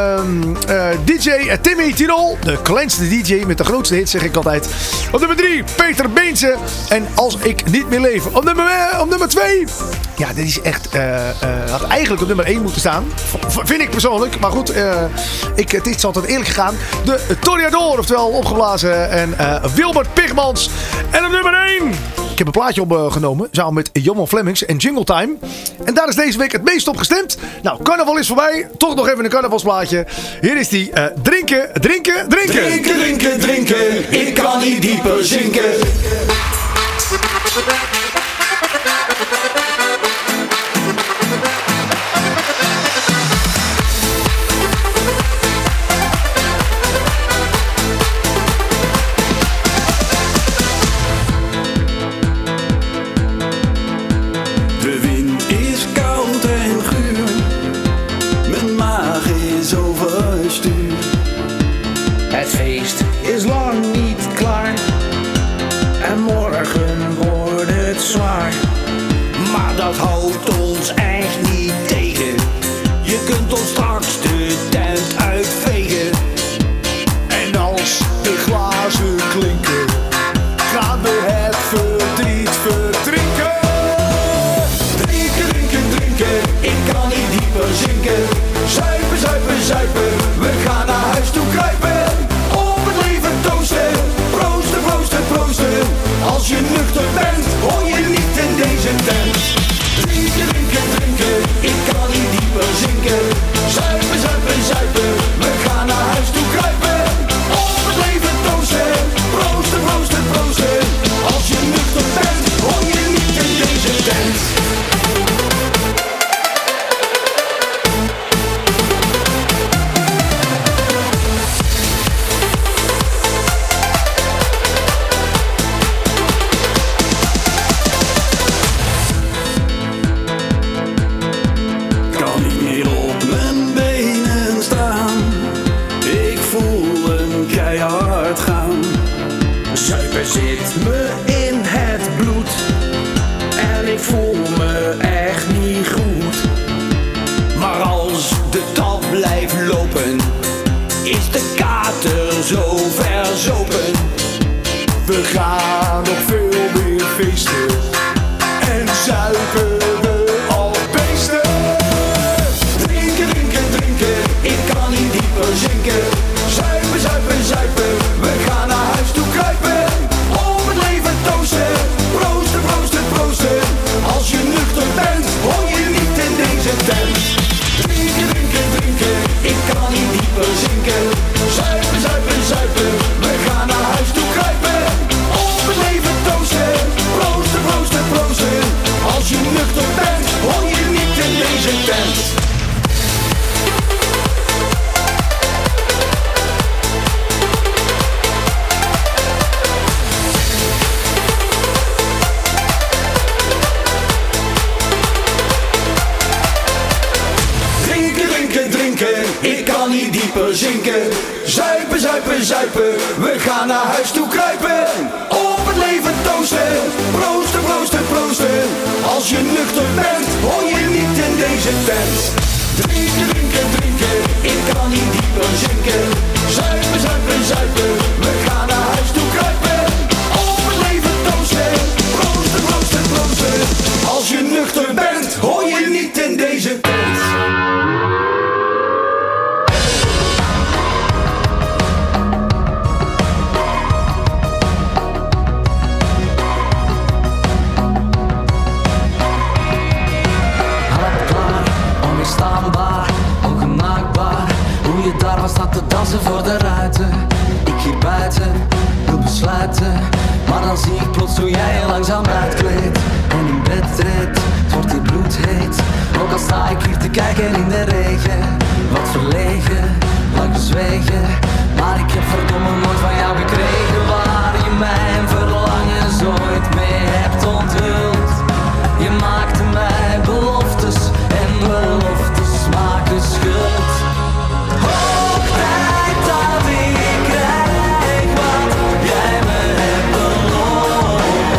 DJ Timmy Tirol. De kleinste DJ met de grootste hits, zeg ik altijd. Op nummer 3 Peter Beense en Als ik niet meer leef. Op nummer 2, ja, dit is echt, had eigenlijk op nummer 1 moeten staan. Vind ik persoonlijk, maar goed, het is altijd eerlijk gegaan. De Toreador, oftewel opgeblazen en Wilbert Pigmans. En op nummer 1... Ik heb een plaatje opgenomen, samen met Johan Flemings en Jingle Time. En daar is deze week het meest op gestemd. Nou, carnaval is voorbij. Toch nog even een carnavalsplaatje. Hier is die drinken. Drinken, ik kan niet dieper zinken. Het feest is lang niet klaar en morgen wordt het zwaar. Maar dat houdt ons echt niet tegen. Je kunt ons straks de tent uitvegen. En als de glazen klinken, gaan we het verdriet verdrinken. Drinken, ik kan niet dieper zinken. Zuipen, we gaan naar huis toe kruipen. Op het leven toosten, proosten. Als je nuchter bent, hoor je niet in deze tent. Drinken, ik kan niet dieper zinken. Zuipen, we gaan naar huis toe kruipen. Op het leven toosten, proosten. Als je nuchter bent, hoor je niet in deze tent. Zit me in het bloed en ik voel me echt niet goed. Maar als de tap blijft lopen, is de kater zo verzopen. We gaan nog veel meer feesten en zuipen we al beesten. Drinken, ik kan niet dieper zinken. Zuipen, we gaan naar huis toe kruipen. Proosten, als je nuchter bent, hoor je niet in deze tent. Drinken, ik kan niet dieper zinken. Zuipen, we gaan naar huis toe kruipen. Op het leven toosten, proosten, als je nuchter bent, hoor je niet in deze tent. Ik kan niet dieper zinken. Zuipen, we gaan naar huis toe kruipen. Op het leven toosten, proosten. Als je nuchter bent, hoor je niet in deze tent. Drinken, ik kan niet dieper zinken. Zuipen, we gaan naar huis toe kruipen. Op het leven toosten, proosten. Als je nuchter bent, hoor je niet in deze tent. staat te dansen voor de ruiten. Ik hier buiten wil besluiten, maar dan zie ik plots hoe jij je langzaam uitkleedt en in bed treedt. Het wordt hier bloedheet, ook al sta ik hier te kijken in de regen. Wat verlegen, lang bezwegen, maar ik heb verdomme nooit van jou gekregen. Waar je mijn verlangens ooit mee hebt onthuld. Je maakte mij beloftes en beloftes maken schuld. Hoog tijd dat ik krijg wat jij me hebt beloofd.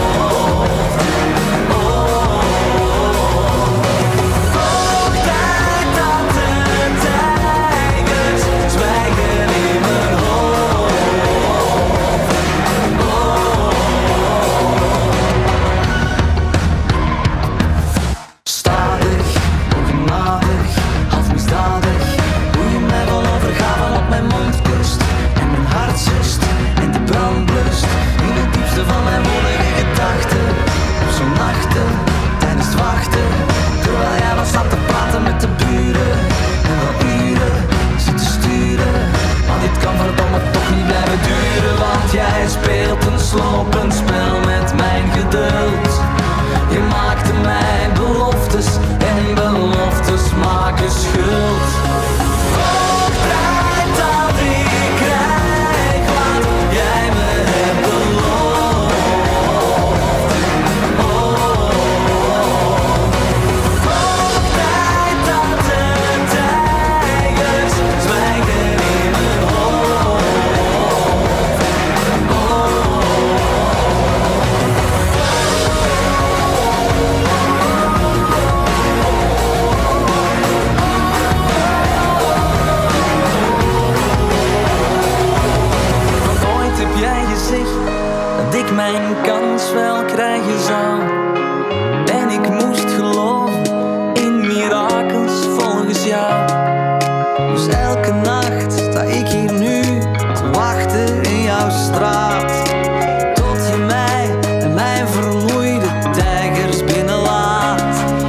Hoog tijd dat de tijgers zwijgen in mijn hoofd. Stadig, ongenadig, half misdadig, hoe je mij wil overgaven op mijn mond kust en mijn hart zust en de brand blust in het diepste van mijn wollige gedachten. Op zo'n nachten, tijdens het wachten, terwijl jij was zat te praten met de buren en wel uren zitten sturen. Maar dit kan verdomme toch niet blijven duren, want jij speelt een slopend spel met mijn geduld. Je maakte mij beloftes en beloftes maken schuld. Hoog tijd dat ik krijg wat jij me hebt beloofd. Hoog tijd dat de tijgers zwijgen in mijn hoofd. Nooit heb jij gezegd dat ik mijn kans wel krijgen zou. En ik moest geloven in mirakels volgens jou. Dus elke nacht sta ik hier nu te wachten in jouw straat. Tot je mij en mijn vermoeide tijgers binnenlaat.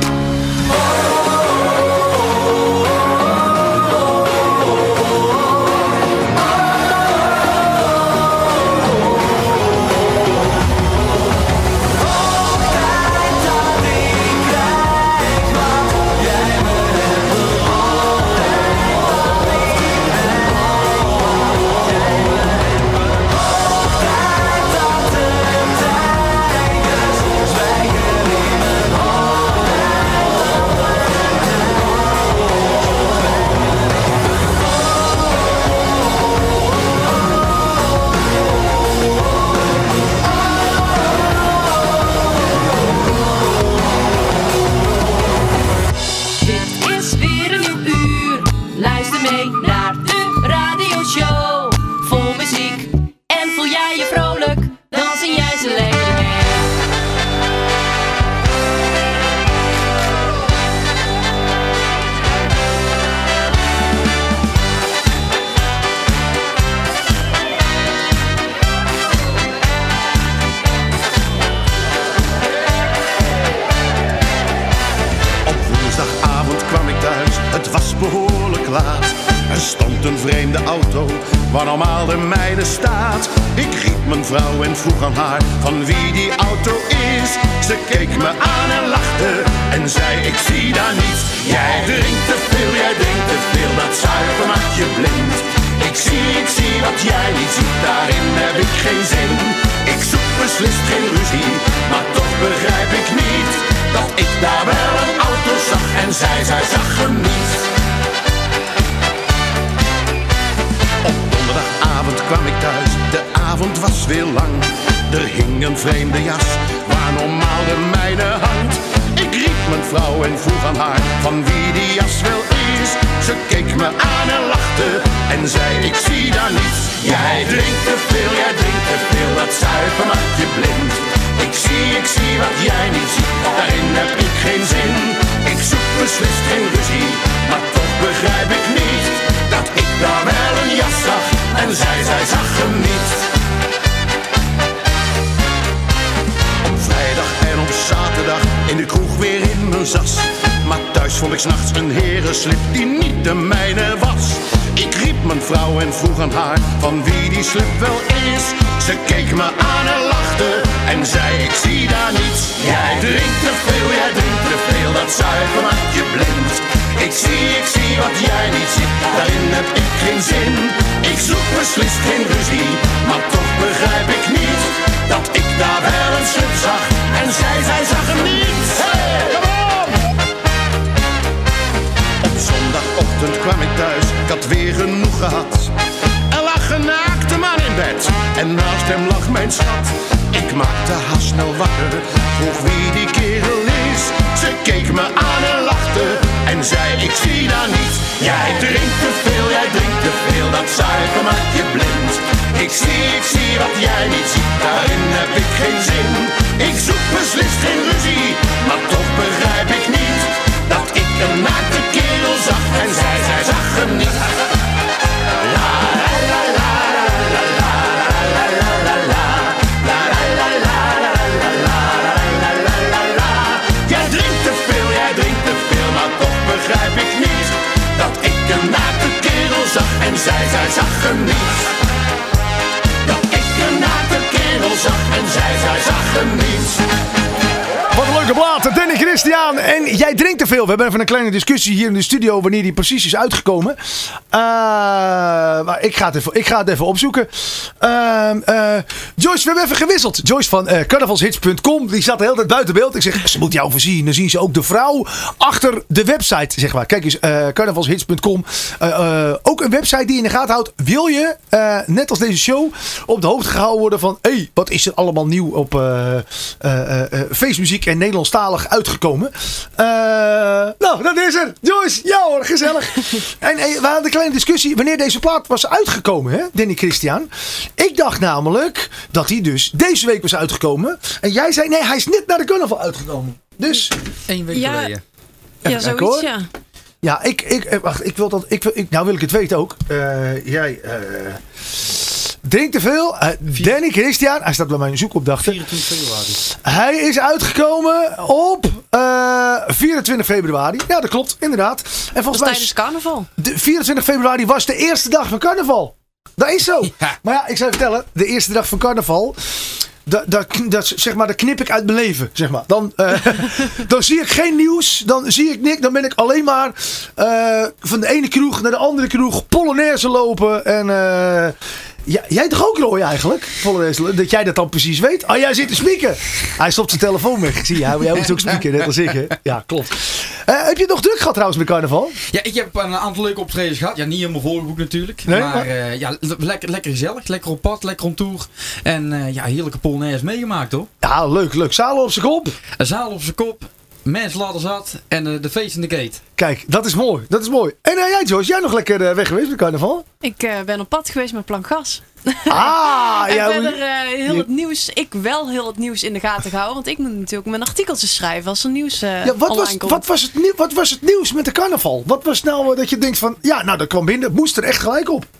Dit is weer een nieuw uur. Luister mee naar de radioshow. Vol muziek en voel jij je vrolijk, dan zing jij ze lekker mee. Op woensdagavond kwam ik thuis, het was behoorlijk laat. Er stond een vreemde auto, waar normaal de mijne staat. Ik riep mijn vrouw en vroeg aan haar van wie die auto is. Ze keek me aan en lachte en zei ik zie daar niets. Jij drinkt te veel, dat zuiver maakt je blind. Ik zie wat jij niet ziet, daarin heb ik geen zin. Ik zoek beslist geen ruzie, maar toch begrijp ik niet dat ik daar wel een auto zag en zij zag hem niet. Op donderdagavond kwam ik thuis, de avond was weer lang. Er hing een vreemde jas, waar normaal de mijne hangt. Ik riep mijn vrouw en vroeg aan haar van wie die jas wel is. Ze keek me aan en lachte en zei ik zie daar niets. Jij drinkt te veel, dat zuiver maakt je blind. Ik zie wat jij niet ziet, daarin heb ik geen zin. Ik zoek beslist geen ruzie, maar toch begrijp ik niet dat ik daar wel een jas zag en zij zag hem niet. Op vrijdag en op zaterdag in de kroeg weer in mijn zas. Maar thuis vond ik 's nachts een herenslip die niet de mijne was. Ik riep mijn vrouw en vroeg aan haar van wie die slip wel is. Ze keek me aan en lachte en zei ik zie daar niets. Jij drinkt te veel, dat zuiver maakt je blind. Ik zie wat jij niet ziet, daarin heb ik geen zin. Ik zoek beslist geen ruzie, maar toch begrijp ik niet dat ik daar wel een slip zag en zij zag hem niet. Hey, kom op! Op zondagochtend kwam ik thuis, ik had weer genoeg gehad. Er lag een naakte man in bed en naast hem lag mijn schat. Ik maakte haast snel wakker, vroeg wie die kerel is. Ze keek me aan en lachte en zei ik zie daar niet. Jij drinkt te veel, dat zuiver maakt je blind. Ik zie wat jij niet ziet, daarin heb ik geen zin. Ik zoek beslist geen ruzie, maar toch begrijp ik niet dat ik een naakte kerel zag en zij zag hem niet. La la la la la la la la la la. Jij drinkt te veel, maar toch begrijp ik niet dat ik een naakte kerel zag en zij zag hem niet. Dat ik een naakte kerel zag en zij zag hem niet. Wat een leuke plaat, Danny Christian. En jij drinkt te veel. We hebben even een kleine discussie hier in de studio wanneer die precies is uitgekomen. Maar ik ga het even opzoeken. Joyce, we hebben even gewisseld. Joyce van carnavalshits.com, die zat de hele tijd buiten beeld. Ik zeg, ze moet jou voorzien. Dan zien ze ook de vrouw achter de website, zeg maar. Kijk eens, carnavalshits.com. Ook een website die je in de gaten houdt. Wil je, net als deze show, op de hoogte gehouden worden van... Hey, wat is er allemaal nieuw op feestmuziek en Nederlandstalig uitgekomen. Nou, dat is er. Joyce, ja hoor, gezellig. En we hadden een kleine discussie wanneer deze plaat was uitgekomen, hè, Danny Christian. Ik dacht namelijk dat hij dus deze week was uitgekomen. En jij zei, nee, hij is net naar de carnaval uitgekomen. Dus... 1 week geleden. Ja, zoiets, ja. Ja, wacht, nou wil ik het weten ook. Jij drinkt te veel. Danny Christian, hij staat bij mijn zoekopdracht. 24 februari. Hij is uitgekomen op 24 februari. Ja, dat klopt, inderdaad. En volgens mij tijdens carnaval. 24 februari was de eerste dag van carnaval. Dat is zo. Ja. Maar ja, ik zou je vertellen, de eerste dag van carnaval... zeg maar, dat knip ik uit mijn leven. Zeg maar. Dan zie ik geen nieuws. Dan zie ik niks. Dan ben ik alleen maar van de ene kroeg naar de andere kroeg Polonaise lopen. En jij toch ook, Roy, eigenlijk? Polonaise, dat jij dat dan precies weet. Oh, jij zit te spieken. Hij stopt zijn telefoon weg. Zie je, jij moet ook spieken, net als ik. Hè? Ja, klopt. Heb je het nog druk gehad trouwens met carnaval? Ja, ik heb een aantal leuke optredens gehad. Ja, niet helemaal volgeboekt natuurlijk. Nee, maar ja, lekker gezellig. Lekker op pad, lekker on tour. En ja, heerlijke Polonaise meegemaakt hoor. Ja, leuk. Zalen op zijn kop. Een zaal op zijn kop. Mensen laten zat. En de feest in de gate. Kijk, dat is mooi. En jij, Joyce, jij nog lekker weg geweest met carnaval? Ik ben op pad geweest met Plank Gas. Ah, en ja. verder heel het nieuws. Ik wel heel het nieuws in de gaten gehouden. Want ik moet natuurlijk mijn artikeltjes schrijven als er nieuws online komt. Wat was het nieuws met de carnaval? Wat was nou dat je denkt van... Ja, nou dat kwam binnen. Het moest er echt gelijk op.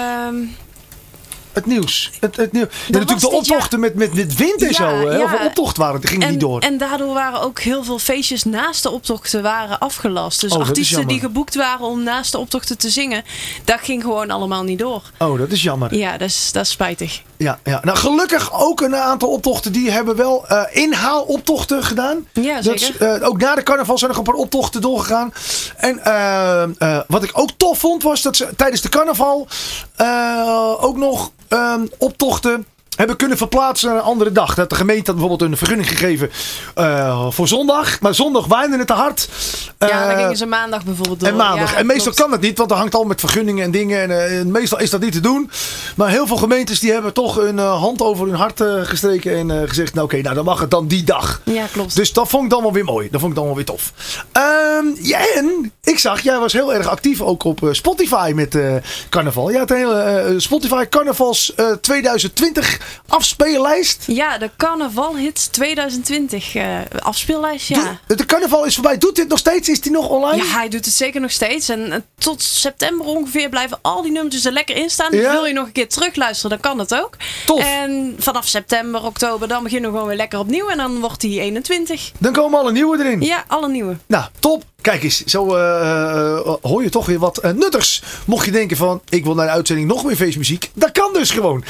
Het nieuws. Het nieuws. Ja, natuurlijk de optochten met wind en zo. Heel veel optochten gingen niet door. En daardoor waren ook heel veel feestjes naast de optochten waren afgelast. Dus artiesten die geboekt waren om naast de optochten te zingen. Dat ging gewoon allemaal niet door. Oh, dat is jammer. Ja, dat is spijtig. Ja. Nou, gelukkig ook een aantal optochten die hebben wel inhaaloptochten gedaan. Ja, zeker. Ook na de carnaval zijn er nog een paar optochten doorgegaan. En wat ik ook tof vond was dat ze tijdens de carnaval ook nog optochten hebben kunnen verplaatsen naar een andere dag. Dat de gemeente had bijvoorbeeld een vergunning gegeven voor zondag. Maar zondag waaide het te hard. Ja, dan gingen ze maandag bijvoorbeeld door. En maandag. Ja, en meestal kan dat niet, want dat hangt al met vergunningen en dingen. En meestal is dat niet te doen. Maar heel veel gemeentes die hebben toch een hand over hun hart gestreken. En gezegd, nou dan mag het dan die dag. Ja, klopt. Dus dat vond ik dan wel weer mooi. Dat vond ik dan wel weer tof. En ik zag, jij was heel erg actief ook op Spotify met carnaval. Je had een hele Spotify Carnavals 2020 afspeellijst. Ja, de Carnavalhits 2020 afspeellijst, ja. De carnaval is voorbij. Doet dit nog steeds? Is die nog online? Ja, hij doet het zeker nog steeds. En tot september ongeveer blijven al die nummertjes er lekker in staan. Dus wil je nog een keer terugluisteren, dan kan het ook. Tof. En vanaf september, oktober, dan beginnen we gewoon weer lekker opnieuw. En dan wordt die 21. Dan komen alle nieuwe erin. Ja, alle nieuwe. Nou, top. Kijk eens, zo hoor je toch weer wat nutters. Mocht je denken van, ik wil naar de uitzending nog meer feestmuziek. Dat kan dus gewoon.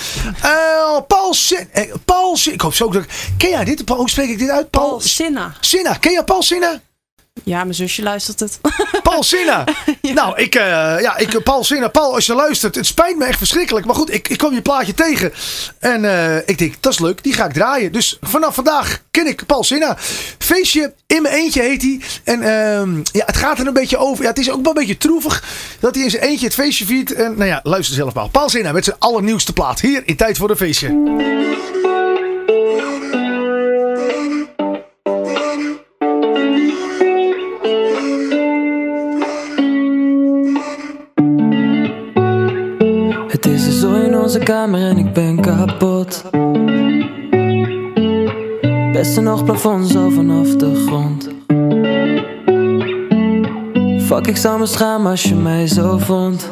Paul Sinna. Ik hoop zo dat... Ken jij dit? Hoe spreek ik dit uit? Paul Sinna. Sinna. Ken jij Paul Sinna? Ja, mijn zusje luistert het. Paul Sinna. Ja. Nou, Paul Sinna. Paul, als je luistert, het spijt me echt verschrikkelijk. Maar goed, ik kwam je plaatje tegen. En ik denk, dat is leuk. Die ga ik draaien. Dus vanaf vandaag ken ik Paul Sinna. Feestje in mijn eentje heet hij. En het gaat er een beetje over. Ja, het is ook wel een beetje troevig dat hij in zijn eentje het feestje viert. En nou ja, luister zelf maar. Paul Sinna met zijn allernieuwste plaat. Hier in Tijd voor een Feestje. Het is er zo in onze kamer en ik ben kapot. Best een hoog plafond zo vanaf de grond. Fuck, ik zou me schamen als je mij zo vond.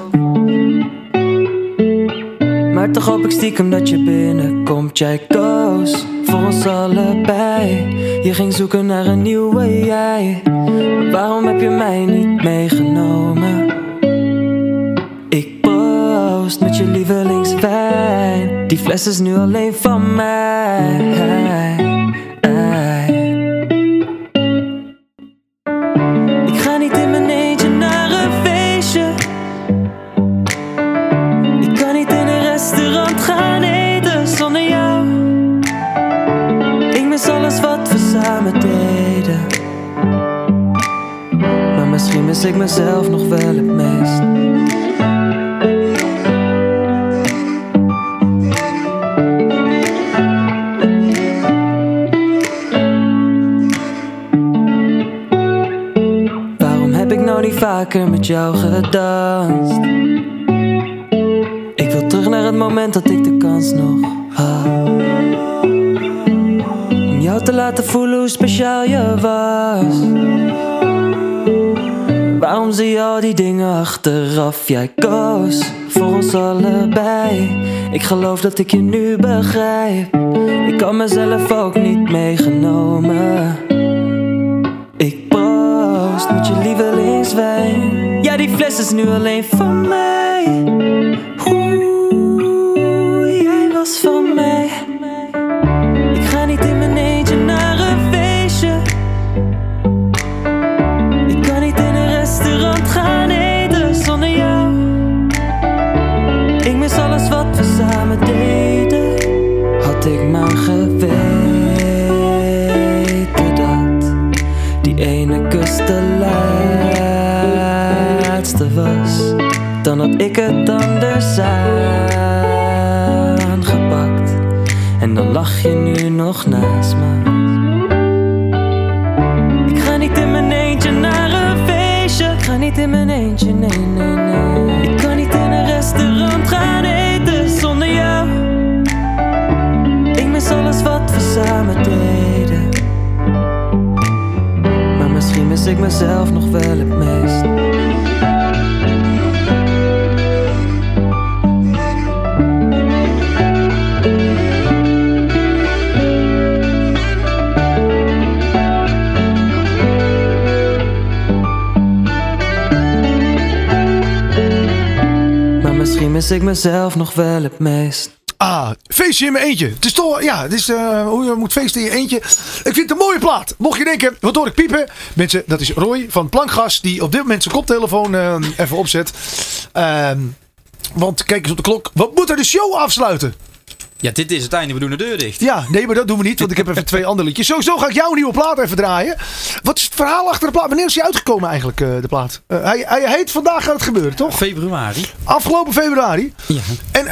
Maar toch hoop ik stiekem dat je binnenkomt. Jij koos voor ons allebei. Je ging zoeken naar een nieuwe jij. Maar waarom heb je mij niet meegenomen? Ik proost met je lievelingswijn. Die fles is nu alleen van mij. Ik ga niet in mijn eentje naar een feestje. Ik kan niet in een restaurant gaan eten zonder jou. Ik mis alles wat we samen deden. Maar misschien mis ik mezelf nog wel het meest. Niet vaker met jou gedanst. Ik wil terug naar het moment dat ik de kans nog had. Om jou te laten voelen hoe speciaal je was. Waarom zie je al die dingen achteraf? Jij koos voor ons allebei. Ik geloof dat ik je nu begrijp. Ik kan mezelf ook niet meegenomen. Ik proost met je lievelingswijn. Ja, die fles is nu alleen van mij. Oeh, jij was van mij. Ik ga niet in mijn eentje naar een feestje. Ik kan niet in een restaurant gaan eten zonder jou. Ik mis alles wat we samen deden. Had ik maar geweten dat die ene kus de laatste was, dan had ik het anders aangepakt. En dan lach je nu nog naast me. Ik ga niet in mijn eentje naar een feestje. Ik ga niet in mijn eentje, nee, nee, nee. Ik kan niet in een restaurant gaan eten zonder jou. Ik mis alles wat we samen deden. Maar misschien mis ik mezelf nog wel het meest. Misschien mis ik mezelf nog wel het meest. Ah, feestje in mijn eentje. Het is toch, ja, het is hoe je moet feesten in je eentje. Ik vind het een mooie plaat. Mocht je denken, wat hoor ik piepen? Mensen, dat is Roy van Plankgas, die op dit moment zijn koptelefoon even opzet. Want kijk eens op de klok. Wat moet er de show afsluiten? Ja, dit is het einde. We doen de deur dicht. Ja, nee, maar dat doen we niet. Want ik heb even 2 andere liedjes. Sowieso ga ik jouw nieuwe plaat even draaien. Wat is het verhaal achter de plaat? Wanneer is hij uitgekomen eigenlijk, de plaat? Hij heet Vandaag gaat het gebeuren, toch? Februari. Afgelopen februari. Ja. En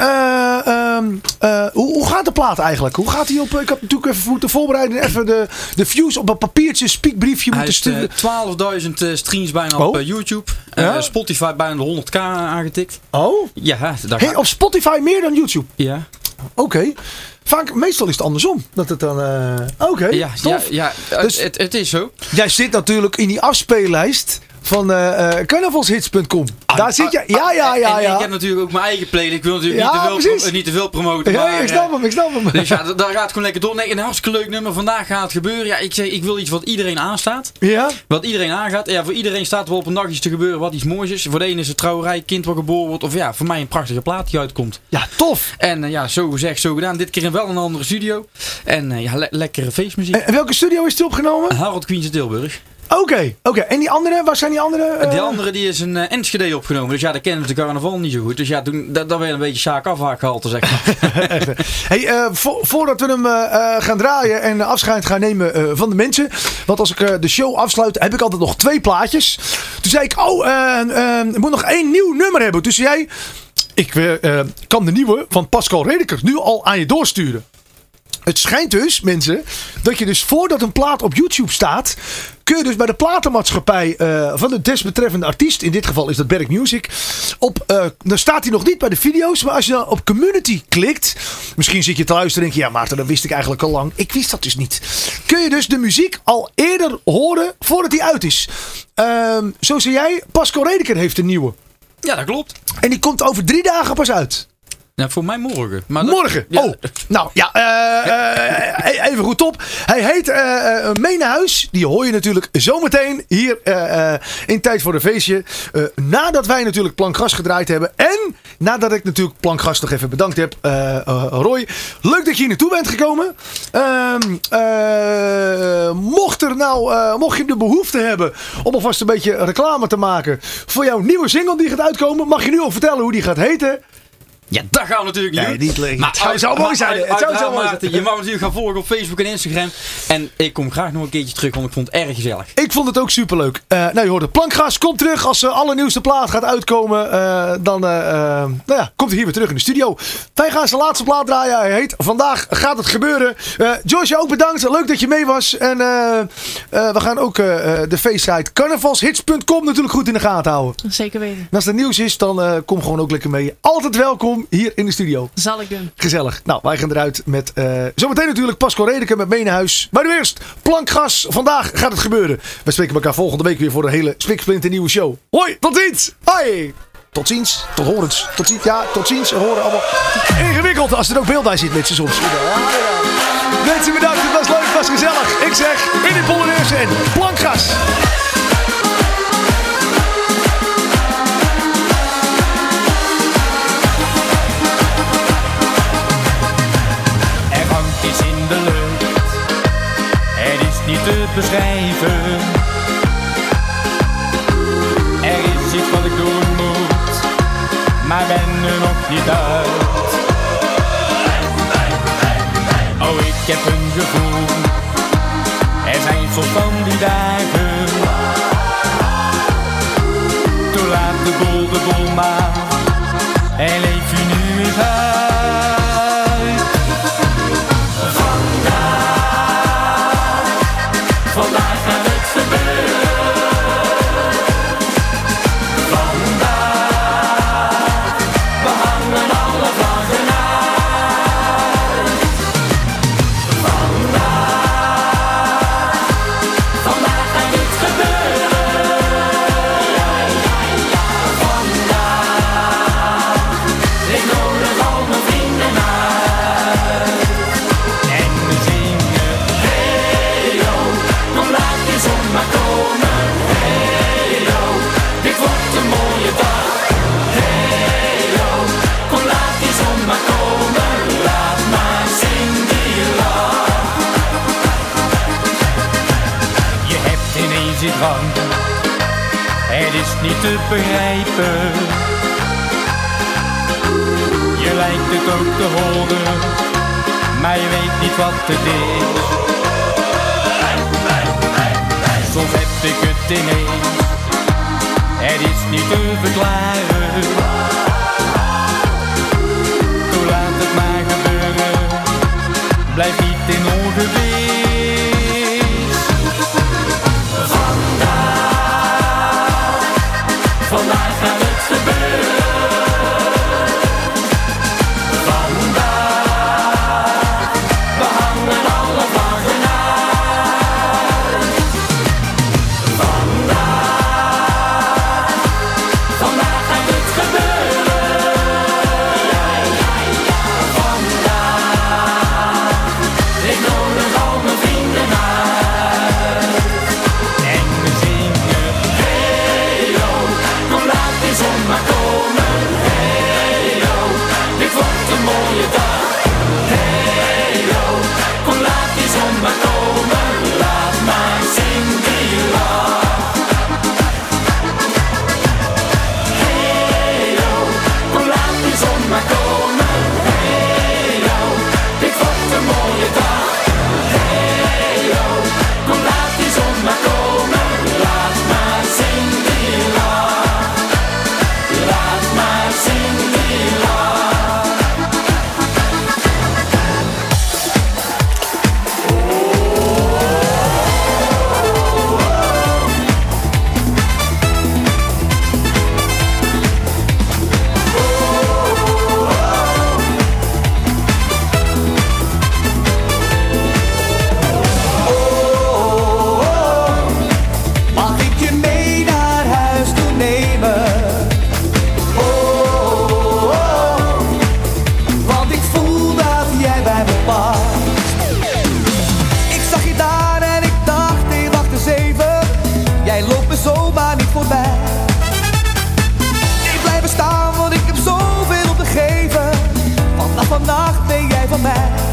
hoe gaat de plaat eigenlijk? Hoe gaat hij op? Ik had natuurlijk even moeten voorbereiden. Even de views op een papiertje, speakbriefje moeten sturen. 12.000 streams bijna op YouTube. Ja? Spotify bijna de 100k aangetikt. Oh? Ja. Op Spotify meer dan YouTube? Ja. Oké. Vaak, meestal is het andersom. Dat het dan... Oké, tof. Ja, Dus- het is zo. Jij zit natuurlijk in die afspeellijst van carnavalshits.com. Daar zit je. Ja. En ik heb natuurlijk ook mijn eigen playlist. Ik wil natuurlijk niet te veel promoten. Ja, Maar, ik snap hem. Dus ja, daar gaat het gewoon lekker door. Nee, een hartstikke leuk nummer. Vandaag gaat het gebeuren. Ja, ik zeg, ik wil iets wat iedereen aanstaat. Ja? Wat iedereen aangaat. Ja, voor iedereen staat er wel op een dag iets te gebeuren wat iets moois is. Voor de ene is het trouwerij, kind wat geboren wordt. Of ja, voor mij een prachtige plaat die uitkomt. Ja, tof. En ja, zo gezegd, zo gedaan. Dit keer in wel een andere studio. En ja, lekkere feestmuziek. En welke studio is het opgenomen? Harold Queens in Tilburg. Oké. En die andere? Waar zijn die andere? Die andere die is een Enschede opgenomen. Dus ja, daar kennen we de carnaval niet zo goed. Dus ja, daar werd een beetje Sjaak afgehaald, zeg maar. Hey, voordat we hem gaan draaien en afscheid gaan nemen van de mensen. Want als ik de show afsluit, heb ik altijd nog 2 plaatjes. Toen zei ik, ik moet nog 1 nieuw nummer hebben. Toen zei jij, ik kan de nieuwe van Pascal Redeker nu al aan je doorsturen. Het schijnt dus, mensen, dat je dus voordat een plaat op YouTube staat, kun je dus bij de platenmaatschappij van de desbetreffende artiest, in dit geval is dat Berk Music, dan staat hij nog niet bij de video's, maar als je dan op community klikt, misschien zit je te luisteren en denk je, ja Maarten, dat wist ik eigenlijk al lang. Ik wist dat dus niet. Kun je dus de muziek al eerder horen voordat die uit is. Zo zei jij, Pascal Redeker heeft een nieuwe. Ja, dat klopt. En die komt over 3 dagen pas uit. Nou, voor mij morgen. Maar Morgen? Ja. Oh, nou ja, even goed op. Hij heet Meenehuis. Die hoor je natuurlijk zometeen hier in Tijd voor een Feestje. Nadat wij natuurlijk Plankgas gedraaid hebben. En nadat ik natuurlijk Plankgas nog even bedankt heb. Roy, leuk dat je hier naartoe bent gekomen. Mocht je de behoefte hebben om alvast een beetje reclame te maken voor jouw nieuwe single die gaat uitkomen. Mag je nu al vertellen hoe die gaat heten? Ja, dat gaan we natuurlijk niet doen. Niet leuk. Het zou mooi zijn. Je mag natuurlijk gaan volgen op Facebook en Instagram. En ik kom graag nog een keertje terug, want ik vond het erg gezellig. Ik vond het ook superleuk. Je hoort het. Plankgas komt terug. Als de allernieuwste plaat gaat uitkomen, dan komt hij hier weer terug in de studio. Wij gaan zijn laatste plaat draaien. Hij heet Vandaag gaat het gebeuren. Joyce, ook bedankt. Leuk dat je mee was. En we gaan ook de feestsite carnavalshits.com natuurlijk goed in de gaten houden. Zeker weten. En als er nieuws is, dan kom gewoon ook lekker mee. Altijd welkom hier in de studio. Zal ik doen. Gezellig. Nou, wij gaan eruit met zometeen natuurlijk Pascal Redeker met Meenehuis. Maar nu eerst Plankgas. Vandaag gaat het gebeuren. We spreken elkaar volgende week weer voor een hele spiksplinter nieuwe show. Hoi, tot ziens. Hoi. Tot ziens. Tot horens. Tot ziens. Ja, tot ziens. Horen allemaal ingewikkeld als er ook beeld bij zit met z'n soms. Mensen bedankt. Het was leuk. Het was gezellig. Ik zeg in de Polonaise en Plankgas. De lucht, het is niet te beschrijven. Er is iets wat ik doen moet, maar ben er nog niet uit. Oh, ik heb een gevoel, er zijn soms van die dagen. Toen laat de bol maar, en leef je nu eens uit. Vandaag gaat het gebeuren. Vandaag, we hangen alle vlaggen uit. Vandaag gaat het gebeuren. Vandaag, ik nodig al mijn vrienden uit. En we zingen, hey yo. Kom laat je zon maar komen, hey yo, dit wordt een mooie dag. Hey yo, kom laat je zon maar komen, laat maar zien die lach. Je hebt ineens die drang, het is niet te begrijpen. Je lijkt het ook te horen, maar je weet niet wat het is. Soms heb ik het ineens, het is niet te verklaren. Toen laat het maar gebeuren, blijf niet in ongewis. Vandaag gaat het gebeuren. Vandaag. fast.